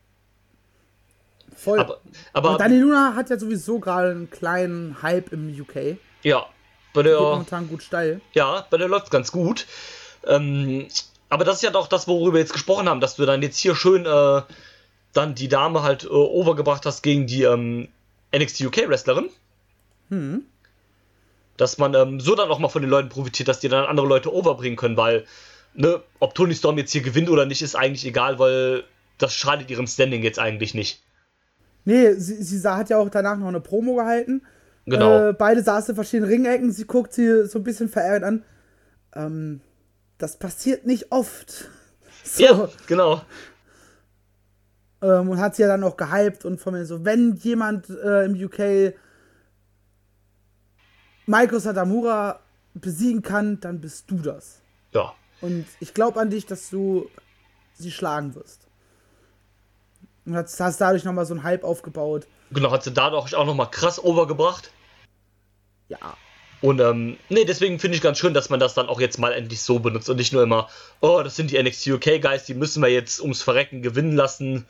Voll. Aber, aber, aber Dani Luna hat ja sowieso gerade einen kleinen Hype im U K. Ja, bei der, geht momentan gut steil. Ja, bei der läuft ganz gut. Ähm, aber das ist ja doch das, worüber wir jetzt gesprochen haben, dass du dann jetzt hier schön äh, dann die Dame halt äh, overgebracht hast gegen die ähm, N X T U K-Wrestlerin. Hm. Dass man ähm, so dann auch mal von den Leuten profitiert, dass die dann andere Leute overbringen können, weil, ne, ob Toni Storm jetzt hier gewinnt oder nicht, ist eigentlich egal, weil das schadet ihrem Standing jetzt eigentlich nicht. Nee, sie, sie hat ja auch danach noch eine Promo gehalten. Genau. Äh, beide saßen in verschiedenen Ringecken, sie guckt sie so ein bisschen verärgert an. Ähm, das passiert nicht oft. So. Ja, genau. Ähm, und hat sie ja dann auch gehypt und von mir so, wenn jemand äh, im U K Meiko Satomura besiegen kann, dann bist du das. Ja. Und ich glaube an dich, dass du sie schlagen wirst. Und hast, hast dadurch nochmal so einen Hype aufgebaut. Genau, hat sie dadurch auch nochmal krass overgebracht. Ja. Und ähm, nee, deswegen finde ich ganz schön, dass man das dann auch jetzt mal endlich so benutzt und nicht nur immer, oh, das sind die N X T U K-Guys, die müssen wir jetzt ums Verrecken gewinnen lassen.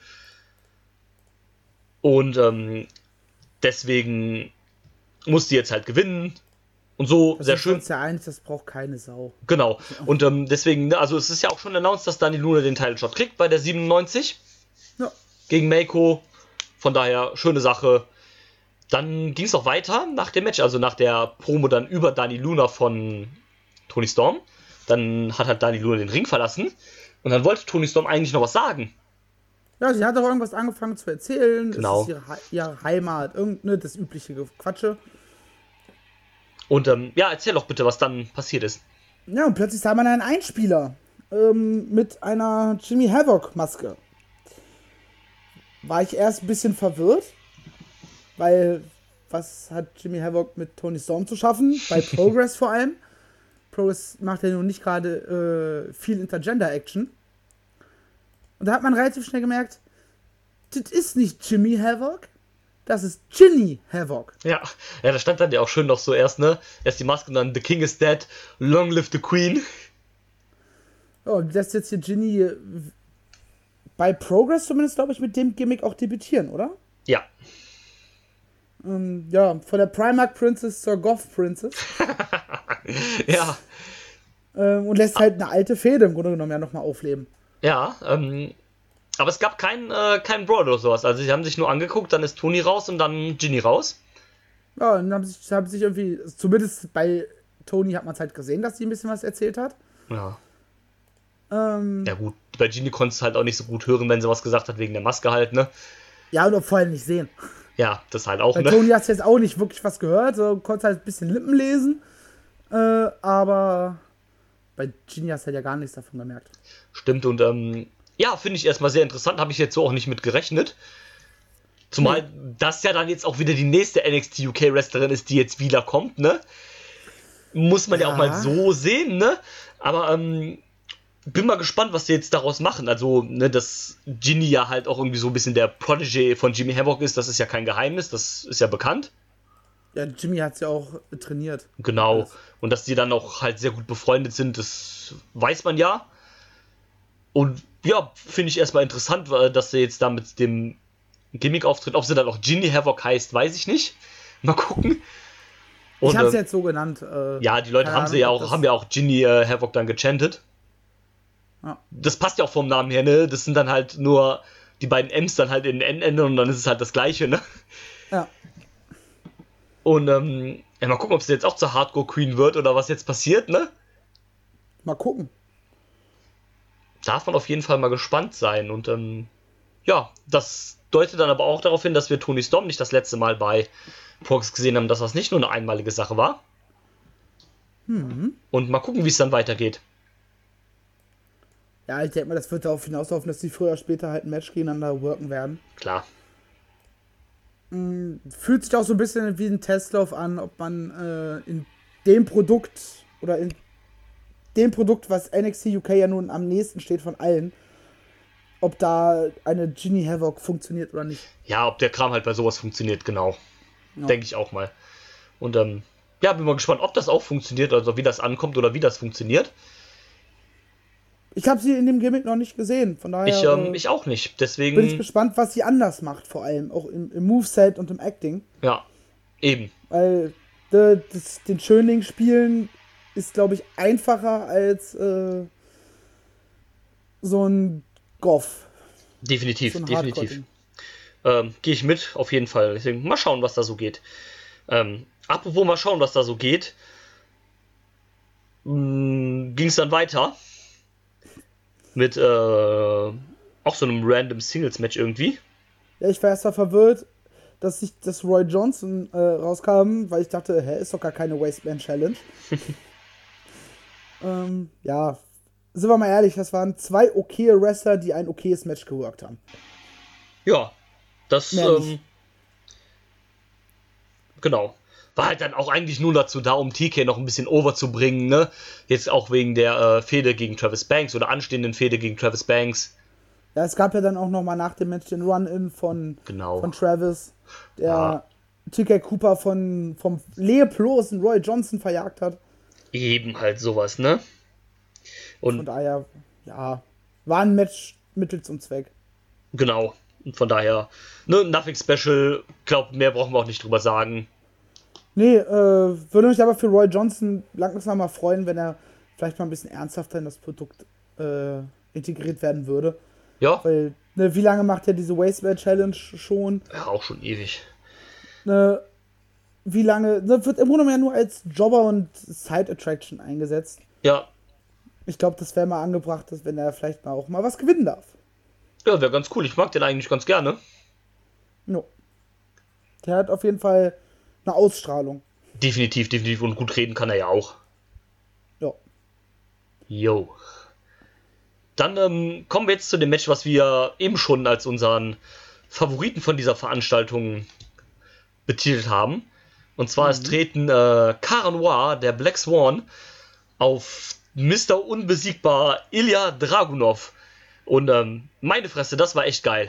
Und ähm, deswegen muss die jetzt halt gewinnen. Und so, Das sehr ist schön. uns ja einig, das braucht keine Sau. Genau. Und ähm, deswegen, ne, also es ist ja auch schon announced, dass Dani Luna den Title-Shot kriegt bei der siebenundneunzig. Ja. Gegen Meiko. Von daher, schöne Sache. Dann ging es auch weiter nach dem Match, also nach der Promo dann über Dani Luna von Toni Storm. Dann hat halt Dani Luna den Ring verlassen. Und dann wollte Toni Storm eigentlich noch was sagen. Ja, sie hat auch irgendwas angefangen zu erzählen. Genau. Es ist ihre, ihre Heimat, irgendeine, das übliche Quatsche. Und ähm, ja, erzähl doch bitte, was dann passiert ist. Ja, und plötzlich sah man einen Einspieler ähm, mit einer Jimmy Havoc-Maske. War ich erst ein bisschen verwirrt, weil was hat Jimmy Havoc mit Toni Storm zu schaffen? Bei Progress vor allem. Progress macht ja nun nicht gerade äh, viel Intergender-Action. Und da hat man relativ schnell gemerkt, das ist nicht Jimmy Havoc, das ist Ginny Havoc. Ja, ja, da stand dann ja auch schön noch so erst, ne? Erst die Maske und dann The King is dead, long live the Queen. Ja, und lässt jetzt hier Ginny äh, bei Progress zumindest, glaube ich, mit dem Gimmick auch debütieren, oder? Ja. Ähm, ja, von der Primark Princess zur Goth Princess. Ja. Ähm, und lässt halt eine alte Fehde im Grunde genommen ja nochmal aufleben. Ja, ähm, aber es gab keinen äh, kein Brawl oder sowas. Also sie haben sich nur angeguckt, dann ist Toni raus und dann Ginny raus. Ja, und dann haben sich, haben sich irgendwie, zumindest bei Toni hat man es halt gesehen, dass sie ein bisschen was erzählt hat. Ja. Ähm, Ja gut, bei Ginny konntest du halt auch nicht so gut hören, wenn sie was gesagt hat, wegen der Maske halt, ne? ja, und auch vorher nicht sehen. Ja, das halt auch, Bei ne? Toni hast du jetzt auch nicht wirklich was gehört, so konntest halt ein bisschen Lippen lesen. Äh, aber bei Ginny hast du halt ja gar nichts davon gemerkt. Stimmt, und ähm, ja, finde ich erstmal sehr interessant, habe ich jetzt so auch nicht mit gerechnet. Zumal Nee. das ja dann jetzt auch wieder die nächste N X T U K-Wrestlerin ist, die jetzt wieder kommt, ne? Muss man ja, Ja. auch mal so sehen, ne? Aber ähm, bin mal gespannt, was sie jetzt daraus machen. Also, ne, dass Ginny ja halt auch irgendwie so ein bisschen der Protégé von Jimmy Havoc ist, das ist ja kein Geheimnis, das ist ja bekannt. Ja, Jimmy hat es ja auch trainiert. Genau. Alles. Und dass die dann auch halt sehr gut befreundet sind, das weiß man ja. Und ja, finde ich erstmal interessant, weil- dass sie jetzt da mit dem Gimmick-Auftritt. Ob sie dann auch Ginny Havoc heißt, weiß ich nicht. Mal gucken. Und, ich habe es äh, jetzt so genannt. Äh, ja, die Leute haben sie ja auch, haben ja auch Ginny äh, Havoc dann gechantet. Ja. Das passt ja auch vom Namen her, ne? Das sind dann halt nur die beiden M's dann halt in N ändern und dann ist es halt das Gleiche, ne? Ja. Und ähm, ja, mal gucken, ob sie jetzt auch zur Hardcore Queen wird oder was jetzt passiert, ne? Mal gucken. Darf man auf jeden Fall mal gespannt sein. Und ähm, ja, das deutet dann aber auch darauf hin, dass wir Toni Storm nicht das letzte Mal bei Progress gesehen haben, dass das nicht nur eine einmalige Sache war. Mhm. Und mal gucken, wie es dann weitergeht. Ja, ich denke mal, das wird darauf hinauslaufen, dass die früher oder später halt ein Match gegeneinander worken werden. Klar. Mhm. Fühlt sich auch so ein bisschen wie ein Testlauf an, ob man äh, in dem Produkt oder in dem Produkt, was N X T U K ja nun am nächsten steht von allen, ob da eine Ginny Havoc funktioniert oder nicht. Ja, ob der Kram halt bei sowas funktioniert, genau. Ja. Denke ich auch mal. Und ähm, ja, bin mal gespannt, ob das auch funktioniert, also wie das ankommt oder wie das funktioniert. Ich habe sie in dem Gimmick noch nicht gesehen, von daher Ich, ähm, äh, ich auch nicht, deswegen... bin ich gespannt, was sie anders macht, vor allem auch im, im Moveset und im Acting. Ja, eben. Weil de, das, den Schönling spielen ist, glaube ich, einfacher als äh, so ein Goff. Definitiv, So ein definitiv. Hardcore-Ding. Ähm, Gehe ich mit, auf jeden Fall. Deswegen mal schauen, was da so geht. Ähm, apropos mal schauen, was da so geht, ging es dann weiter mit äh, auch so einem random Singles-Match irgendwie. Ja, ich war erst mal verwirrt, dass ich das Roy Johnson äh, rauskam, weil ich dachte, hä, ist doch gar keine Wasteland Challenge. ähm, ja, sind wir mal ehrlich, das waren zwei okaye Wrestler, die ein okayes Match geworkt haben. Ja, das, Mehr nicht. ähm, genau. War halt dann auch eigentlich nur dazu da, um T K noch ein bisschen over zu bringen, ne? Jetzt auch wegen der äh, Fehde gegen Travis Banks oder anstehenden Fehde gegen Travis Banks. Ja, es gab ja dann auch noch mal nach dem Match den Run-In von, Genau. von Travis, der Ja. T K Cooper von, vom leblosen Roy Johnson verjagt hat. Eben halt sowas, ne? Von Und daher, ja, war ein Match Mittel zum Zweck. genau. Und von daher, ne, nothing special. Glaub, mehr brauchen wir auch nicht drüber sagen. Nee, äh, würde mich aber für Roy Johnson langsam mal freuen, wenn er vielleicht mal ein bisschen ernsthafter in das Produkt äh, integriert werden würde. Ja, Weil, ne, wie lange macht er diese Wasteland Challenge schon? ja, auch schon ewig. Ne, wie lange, ne, wird im Grunde ja nur als Jobber und Side Attraction eingesetzt. Ja, Ich glaube, das wäre mal angebracht, dass wenn er vielleicht mal auch mal was gewinnen darf. ja, wäre ganz cool. Ich mag den eigentlich ganz gerne. No. Der hat auf jeden Fall eine Ausstrahlung. Definitiv, definitiv. Und gut reden kann er ja auch. Ja. Jo. Dann ähm, kommen wir jetzt zu dem Match, was wir eben schon als unseren Favoriten von dieser Veranstaltung betitelt haben. Und zwar es treten äh, Cara Noir, der Black Swan, auf Mister Unbesiegbar Ilya Dragunov. Und ähm, meine Fresse, das war echt geil.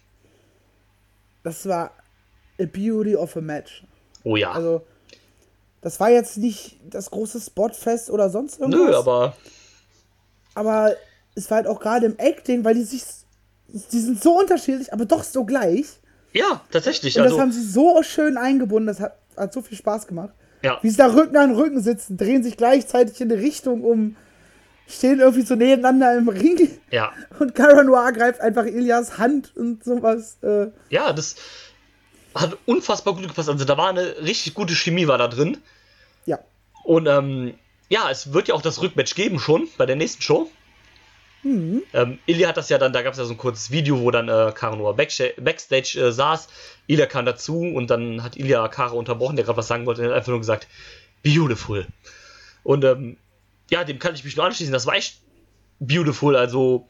Das war a beauty of a match. Oh ja. Also, das war jetzt nicht das große Spotfest oder sonst irgendwas. Nö, aber Aber es war halt auch gerade im Acting, weil die sich, die sind so unterschiedlich, aber doch so gleich. ja, tatsächlich. Und Also, das haben sie so schön eingebunden, das hat, hat so viel Spaß gemacht. ja. Wie sie da Rücken an Rücken sitzen, drehen sich gleichzeitig in eine Richtung um, stehen irgendwie so nebeneinander im Ring. Ja. Und Cara Noir greift einfach Ilias Hand und sowas. Äh, Ja, das hat unfassbar gut gepasst. Also da war eine richtig gute Chemie war da drin. ja. Und ähm, ja, es wird ja auch das Rückmatch geben schon bei der nächsten Show. Mhm. Ähm, Ilya hat das ja dann, da gab es ja so ein kurzes Video, wo dann äh, Cara Noir Backstage, Backstage äh, saß. Ilya kam dazu und dann hat Ilya Cara unterbrochen, der gerade was sagen wollte, und hat einfach nur gesagt, beautiful. Und ähm, ja, dem kann ich mich nur anschließen. Das war echt beautiful. Also,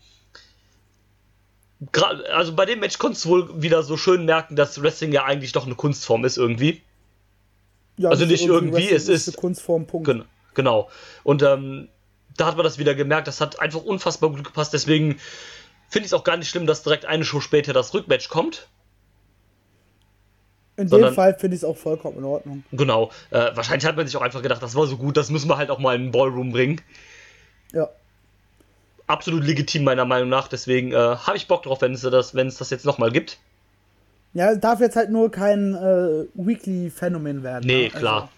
gra- also bei dem Match konntest du wohl wieder so schön merken, dass Wrestling ja eigentlich doch eine Kunstform ist irgendwie. ja Also nicht irgendwie, Wrestling es ist- eine Kunstform, Punkt. Gen- Genau. Und ähm, da hat man das wieder gemerkt, das hat einfach unfassbar gut gepasst. Deswegen finde ich es auch gar nicht schlimm, dass direkt eine Show später das Rückmatch kommt. In sondern- dem Fall finde ich es auch vollkommen in Ordnung. Genau. Äh, wahrscheinlich hat man sich auch einfach gedacht, das war so gut, das müssen wir halt auch mal in den Ballroom bringen. Ja. Absolut legitim meiner Meinung nach. Deswegen äh, habe ich Bock drauf, wenn es das, wenn es das jetzt nochmal gibt. Ja, es darf jetzt halt nur kein äh, Weekly-Phänomen werden. Nee, ne? klar. Also,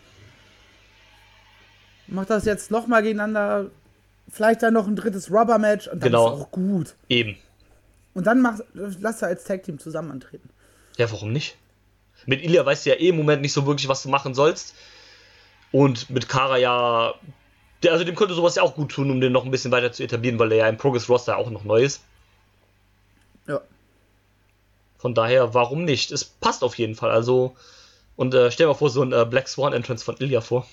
macht das jetzt nochmal gegeneinander, vielleicht dann noch ein drittes Rubber-Match und dann Genau. ist auch gut. Eben. Und dann mach, lass du als Tag-Team zusammen antreten. Ja, warum nicht? Mit Ilya weißt du ja eh im Moment nicht so wirklich, was du machen sollst. Und mit Kara ja... Der, also dem könnte sowas ja auch gut tun, um den noch ein bisschen weiter zu etablieren, weil er ja im Progress-Roster auch noch neu ist. Ja. Von daher, warum nicht? Es passt auf jeden Fall. Also, und äh, stell dir mal vor, so ein äh, Black Swan-Entrance von Ilya vor.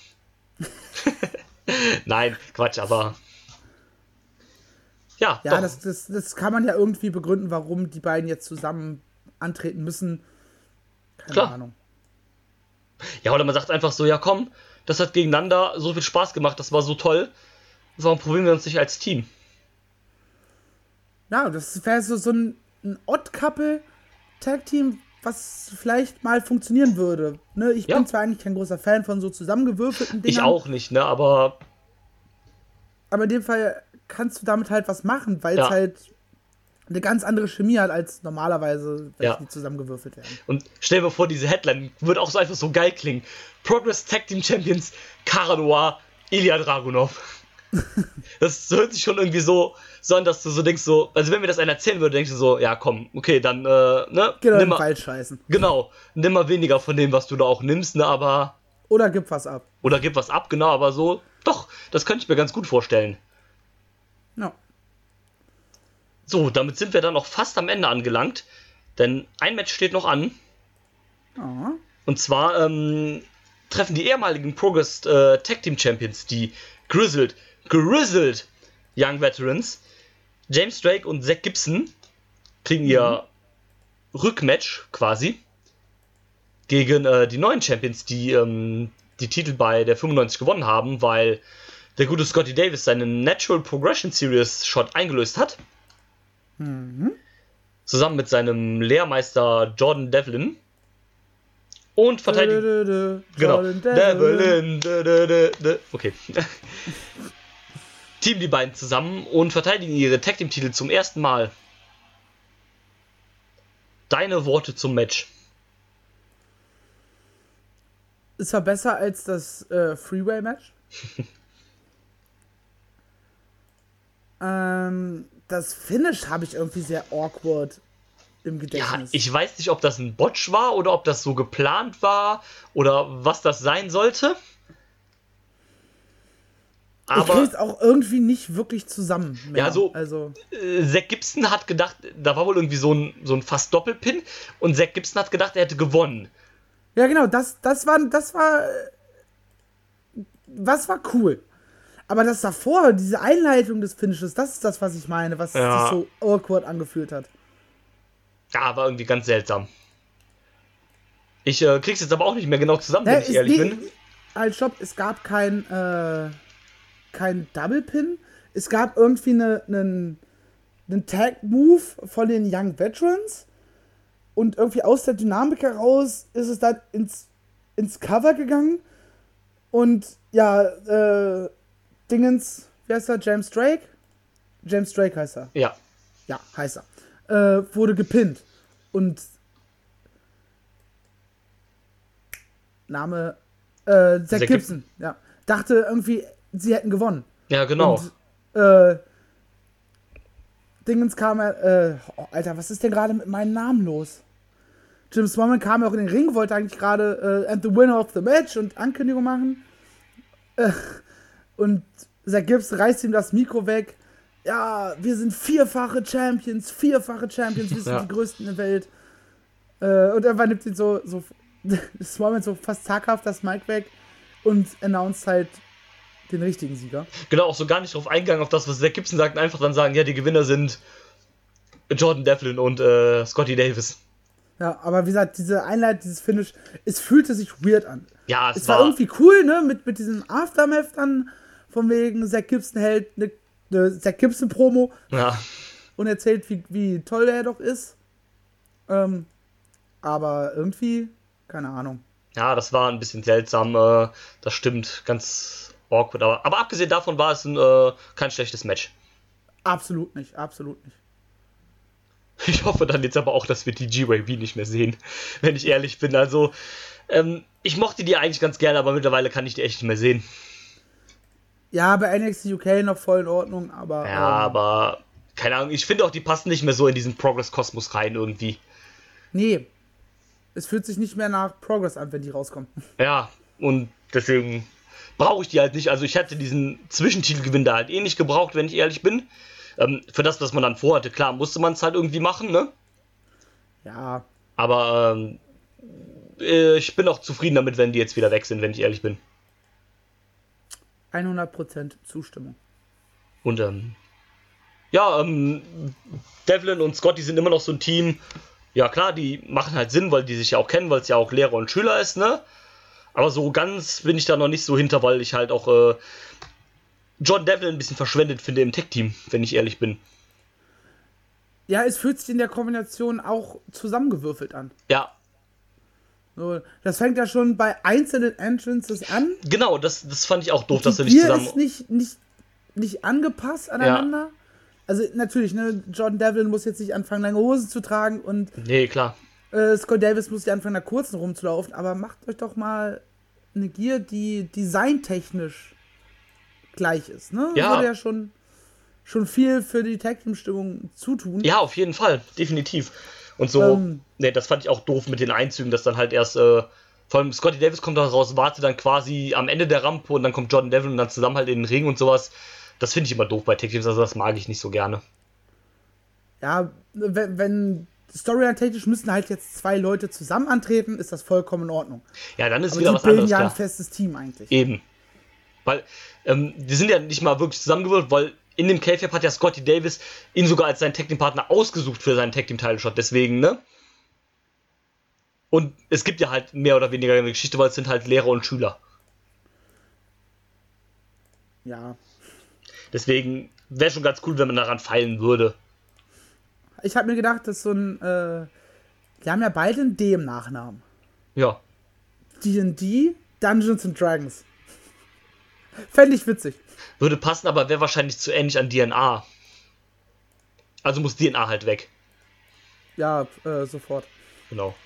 Nein, Quatsch, aber... Ja, Ja, doch. das, das, das kann man ja irgendwie begründen, warum die beiden jetzt zusammen antreten müssen. Keine Klar. Ahnung. Ja, oder man sagt einfach so, ja komm, das hat gegeneinander so viel Spaß gemacht, das war so toll. Warum probieren wir uns nicht als Team? Ja, das wäre so, so ein, ein Odd-Couple-Tag-Team, was vielleicht mal funktionieren würde. Ne, ich Ja. bin zwar eigentlich kein großer Fan von so zusammengewürfelten Dingern. Ich auch nicht, ne, aber Aber in dem Fall kannst du damit halt was machen, weil Ja. es halt eine ganz andere Chemie hat als normalerweise, wenn Ja. die zusammengewürfelt werden. und stell dir vor, diese Headline würde auch so einfach so geil klingen. Progress Tag Team Champions Cara Noir, Ilya Dragunov. Das hört sich schon irgendwie so, so an, dass du so denkst, so, also wenn mir das einer erzählen würde, denkst du so, ja komm, okay, dann, äh, ne, Genau, nimm im mal, Wald scheißen. genau, nimm mal weniger von dem, was du da auch nimmst, ne, aber, Oder gib was ab. oder gib was ab, genau, aber so, doch, das könnte ich mir ganz gut vorstellen. Ja. So, damit sind wir dann auch fast am Ende angelangt, denn ein Match steht noch an. Ja. Und zwar ähm, treffen die ehemaligen Progress äh, Tag Team Champions, die Grizzled, Grizzled Young Veterans, James Drake und Zack Gibson, kriegen ihr Rückmatch quasi gegen äh, die neuen Champions, die ähm, die Titel bei der fünfundneunzig gewonnen haben, weil der gute Scotty Davis seinen Natural Progression Series Shot eingelöst hat. Zusammen mit seinem Lehrmeister Jordan Devlin. Und verteidigen. Dö, dö, dö, Genau. Jordan Devlin. Devlin. Dö, dö, dö, dö. Okay. Team die beiden zusammen und verteidigen ihre Tag Team Titel zum ersten Mal. Deine Worte zum Match. Ist ja besser als das äh, Freeway-Match. ähm, das Finish habe ich irgendwie sehr awkward im Ja, Gedächtnis. ich weiß nicht, ob das ein Botch war oder ob das so geplant war oder was das sein sollte. ich Aber krieg's auch irgendwie nicht wirklich zusammen. Mehr. Ja, so- Also, äh, Zack Gibson hat gedacht, da war wohl irgendwie so ein, so ein fast Doppelpin und Zack Gibson hat gedacht, er hätte gewonnen. ja, genau, das, das war, das war, äh, was war cool. Aber das davor, diese Einleitung des Finishes, das ist das, was ich meine, was Ja. sich so awkward angefühlt hat. Ja, war irgendwie ganz seltsam. Ich äh, krieg's jetzt aber auch nicht mehr genau zusammen, Ja, wenn ich es- ehrlich nee, bin. Halt, stopp, es gab kein, äh, kein Double Pin. Es gab irgendwie eine, einen, einen Tag-Move von den Young Veterans. Und irgendwie aus der Dynamik heraus ist es dann ins, ins Cover gegangen. Und ja, äh, Dingens, wie heißt er? James Drake? James Drake heißt er. Ja. Ja, heißt er. Äh, wurde gepinnt. Und Name äh, Zack Zack Gibson, ja. Dachte irgendwie, sie hätten gewonnen. Ja, genau. Und äh, Dingens kam er, äh, oh, Alter, was ist denn gerade mit meinem Namen los? Jim Smallman kam ja auch in den Ring, wollte eigentlich gerade äh, and the winner of the match und Ankündigung machen. Äh, und Zack Gibson reißt ihm das Mikro weg. Ja, wir sind vierfache Champions, vierfache Champions, wir sind Ja. die größten der Welt. Äh, und irgendwann nimmt ihn so, so Smallman so fast zaghaft das Mic weg und announced halt den richtigen Sieger. Genau, auch so gar nicht drauf eingegangen, auf das, was Zack Gibson sagt, und einfach dann sagen, ja, die Gewinner sind Jordan Devlin und äh, Scotty Davis. Ja, aber wie gesagt, diese Einleitung, dieses Finish, es fühlte sich weird an. Ja, es, Es war irgendwie cool, ne, mit, mit diesem Aftermath dann, von wegen Zack Gibson hält eine ne Zack Gibson Promo Ja, und erzählt, wie, wie toll er doch ist. Ähm, aber irgendwie, keine Ahnung. ja, das war ein bisschen seltsam, äh, das stimmt, ganz awkward. Aber, aber abgesehen davon war es ein, äh, kein schlechtes Match. Absolut nicht, absolut nicht. Ich hoffe dann jetzt aber auch, dass wir die G Y V nicht mehr sehen, wenn ich ehrlich bin. Also, ähm, ich mochte die eigentlich ganz gerne, aber mittlerweile kann ich die echt nicht mehr sehen. Ja, bei N X T U K noch voll in Ordnung, aber... Ja, ähm, aber, keine Ahnung, ich finde auch, die passen nicht mehr so in diesen Progress-Kosmos rein irgendwie. Nee, es fühlt sich nicht mehr nach Progress an, wenn die rauskommen. Ja, und deswegen brauche ich die halt nicht. Also ich hätte diesen Zwischentitelgewinn da halt eh nicht gebraucht, wenn ich ehrlich bin. Ähm, für das, was man dann vorhatte, klar, musste man es halt irgendwie machen, ne? Ja. Aber ähm, ich bin auch zufrieden damit, wenn die jetzt wieder weg sind, wenn ich ehrlich bin. hundert Prozent Zustimmung. Und ähm, ja, ähm, Devlin und Scotty sind immer noch so ein Team. Ja klar, die machen halt Sinn, weil die sich ja auch kennen, weil es ja auch Lehrer und Schüler ist, ne? Aber so ganz bin ich da noch nicht so hinter, weil ich halt auch äh, John Devlin ein bisschen verschwendet finde im Tech-Team, wenn ich ehrlich bin. Ja, es fühlt sich in der Kombination auch zusammengewürfelt an. Ja. So, das fängt ja schon bei einzelnen Entrances an. Genau, das, das fand ich auch doof, die dass sie nicht Gear zusammen... ist nicht, nicht, nicht angepasst aneinander. Ja. Also natürlich, ne, John Devlin muss jetzt nicht anfangen, lange Hosen zu tragen und nee, klar. Äh, Scott Davis muss nicht anfangen, nach kurzen rumzulaufen, aber macht euch doch mal eine Gear, die designtechnisch gleich ist, ne? Ja. Würde ja schon, schon viel für die Tag-Team-Stimmung zutun. Ja, auf jeden Fall, definitiv. Und so, ähm, ne, das fand ich auch doof mit den Einzügen, dass dann halt erst, äh, vor allem Scotty Davis kommt da raus, wartet dann quasi am Ende der Rampe und dann kommt Jordan Devlin und dann zusammen halt in den Ring und sowas. Das finde ich immer doof bei Tag-Teams, also das mag ich nicht so gerne. Ja, wenn, wenn Storyline-technisch müssen halt jetzt zwei Leute zusammen antreten, ist das vollkommen in Ordnung. Ja, dann ist aber wieder die was anderes, ja klar. ein festes Team eigentlich. Eben. Weil, ähm, die sind ja nicht mal wirklich zusammengewürfelt, weil in dem K-Fab hat ja Scotty Davis ihn sogar als seinen Tag-Team-Partner ausgesucht für seinen Tag-Team-Title-Shot, deswegen, ne? Und es gibt ja halt mehr oder weniger eine Geschichte, weil es sind halt Lehrer und Schüler. Ja. Deswegen wäre schon ganz cool, wenn man daran feilen würde. Ich habe mir gedacht, dass so ein, äh, die haben ja beide ein D im Nachnamen. Ja. D und D, Dungeons and Dragons. Fände ich witzig. Würde passen, aber wäre wahrscheinlich zu ähnlich an D N A. Also muss D N A halt weg. Ja, äh, sofort. Genau.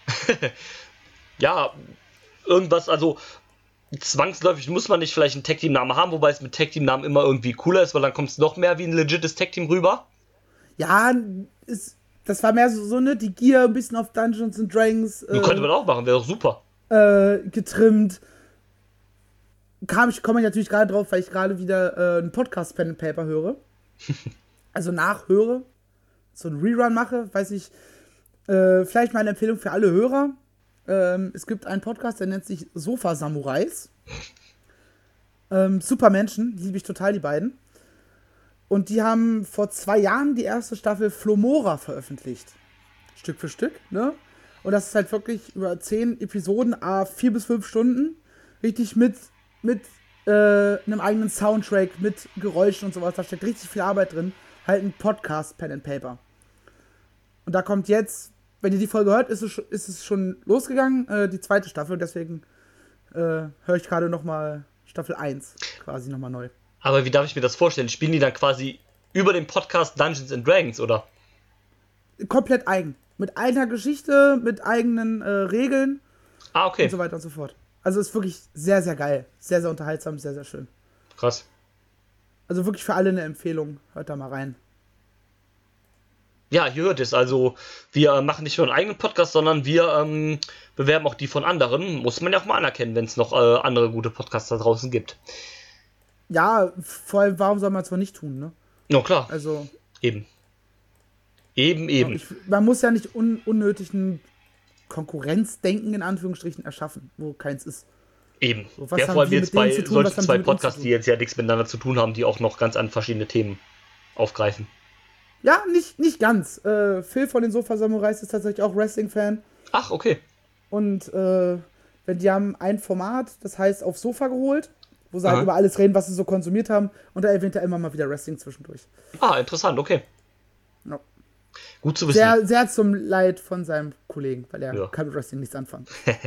Ja, irgendwas, also zwangsläufig muss man nicht vielleicht einen Tag-Team-Namen haben, wobei es mit Tag-Team-Namen immer irgendwie cooler ist, weil dann kommt es noch mehr wie ein legites Tag-Team rüber. Ja, ist, das war mehr so, so ne, die Gear ein bisschen auf Dungeons and Dragons äh, könnte man auch machen, wäre doch super. Äh, getrimmt. Kam ich, komme ich natürlich gerade drauf, weil ich gerade wieder äh, einen Podcast Pen and Paper höre. Also nachhöre. So einen Rerun mache, weiß ich. Äh, vielleicht mal eine Empfehlung für alle Hörer. Ähm, es gibt einen Podcast, der nennt sich Sofa Samurais. Ähm, super Menschen, liebe ich total, die beiden. Und die haben vor zwei Jahren die erste Staffel Flomora veröffentlicht. Stück für Stück, ne? Und das ist halt wirklich über zehn Episoden, a vier bis fünf Stunden. Richtig mit, mit äh, einem eigenen Soundtrack, mit Geräuschen und sowas. Da steckt richtig viel Arbeit drin. Halt ein Podcast, Pen and Paper. Und da kommt jetzt, wenn ihr die Folge hört, ist es, ist es schon losgegangen, äh, die zweite Staffel. Deswegen äh, höre ich gerade nochmal Staffel eins quasi nochmal neu. Aber wie darf ich mir das vorstellen? Spielen die dann quasi über den Podcast Dungeons and Dragons, oder? Komplett eigen. Mit eigener Geschichte, mit eigenen äh, Regeln. Ah, okay. Und so weiter und so fort. Also ist wirklich sehr, sehr geil. Sehr, sehr unterhaltsam, sehr, sehr schön. Krass. Also wirklich für alle eine Empfehlung. Hört da mal rein. Ja, ihr hört es. Also wir machen nicht nur einen eigenen Podcast, sondern wir ähm, bewerben auch die von anderen. Muss man ja auch mal anerkennen, wenn es noch äh, andere gute Podcasts da draußen gibt. Ja, vor allem, warum soll man es zwar nicht tun, ne? Ja, klar. Also. Eben. Eben, eben. Ich, man muss ja nicht un, unnötigen Konkurrenzdenken in Anführungsstrichen erschaffen, wo keins ist. Eben. So, ja, vor allem jetzt bei solchen zwei Podcasts, die jetzt ja nichts miteinander zu tun haben, die auch noch ganz an verschiedene Themen aufgreifen. Ja, nicht, nicht ganz. Äh, Phil von den Sofa Samurais ist tatsächlich auch Wrestling-Fan. Ach, okay. Und äh, die haben ein Format, das heißt auf Sofa geholt, wo sie Aha. halt über alles reden, was sie so konsumiert haben. Und da erwähnt er immer mal wieder Wrestling zwischendurch. Ah, interessant, okay. Ja. Gut zu wissen. Sehr, sehr zum Leid von seinem Kollegen, weil er ja. kann mit Wrestling nichts anfangen.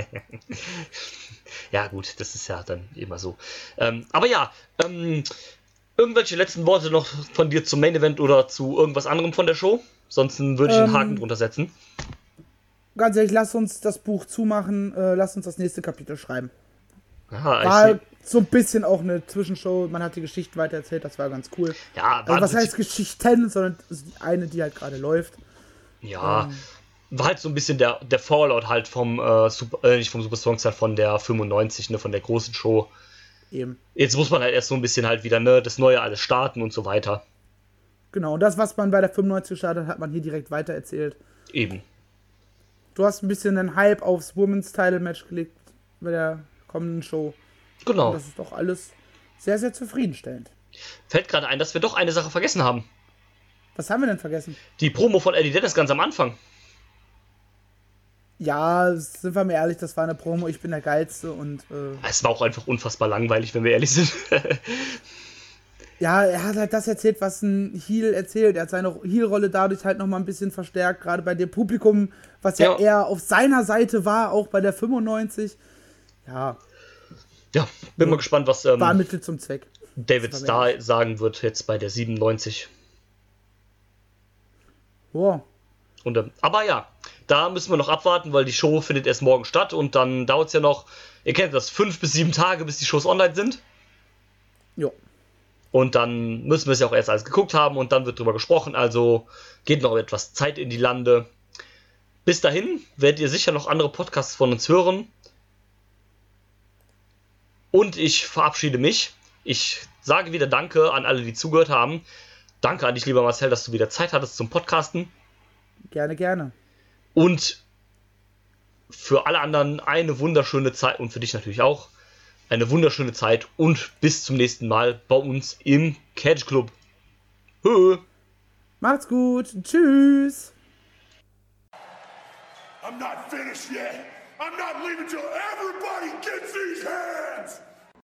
Ja gut, das ist ja dann immer so. Ähm, aber ja, ähm, irgendwelche letzten Worte noch von dir zum Main Event oder zu irgendwas anderem von der Show? Sonst würde ich Ähm, einen Haken drunter setzen. Ganz ehrlich, lass uns das Buch zumachen, äh, lass uns das nächste Kapitel schreiben. Ja, War ich, so ein bisschen auch eine Zwischenshow, man hat die Geschichten weitererzählt, das war ganz cool. ja, Also war, was heißt Geschichten, sondern die eine, die halt gerade läuft. ja, Ähm, war halt so ein bisschen der, der Fallout halt vom, äh, Super, äh, nicht vom Super Songstyle, von der fünfundneunzig, ne, von der großen Show. Eben. Jetzt muss man halt erst so ein bisschen halt wieder, ne, das Neue alles starten und so weiter. Genau, und das, was man bei der fünfundneunzig gestartet hat, hat man hier direkt weitererzählt. Eben. Du hast ein bisschen einen Hype aufs Women's Title Match gelegt bei der kommenden Show. Genau. Und das ist doch alles sehr, sehr zufriedenstellend. Fällt gerade ein, dass wir doch eine Sache vergessen haben. Was haben wir denn vergessen? Die Promo von Eddie Dennis ganz am Anfang. Ja, sind wir mal ehrlich, das war eine Promo, ich bin der Geilste und äh, Es war auch einfach unfassbar langweilig, wenn wir ehrlich sind. ja, er hat halt das erzählt, was ein Heel erzählt. Er hat seine Heel-Rolle dadurch halt nochmal ein bisschen verstärkt, gerade bei dem Publikum, was ja, Ja. eher auf seiner Seite war, auch bei der fünfundneunzig. Ja, Ja, bin mal gespannt, was ähm, war Mittel zum Zweck. David das war Starr mir sagen wird jetzt bei der siebenundneunzig. Boah. Und, ähm, aber ja, da müssen wir noch abwarten, weil die Show findet erst morgen statt und dann dauert es ja noch, ihr kennt das, fünf bis sieben Tage, bis die Shows online sind. Jo. Und dann müssen wir es ja auch erst alles geguckt haben und dann wird drüber gesprochen. Also geht noch etwas Zeit in die Lande. Bis dahin werdet ihr sicher noch andere Podcasts von uns hören. Und ich verabschiede mich. Ich sage wieder Danke an alle, die zugehört haben. Danke an dich, lieber Marcel, dass du wieder Zeit hattest zum Podcasten. Gerne, gerne. Und für alle anderen eine wunderschöne Zeit und für dich natürlich auch eine wunderschöne Zeit und bis zum nächsten Mal bei uns im Cage Club. Hö. Macht's gut. Tschüss. I'm not finished yet. I'm not leaving till everybody gets these hands.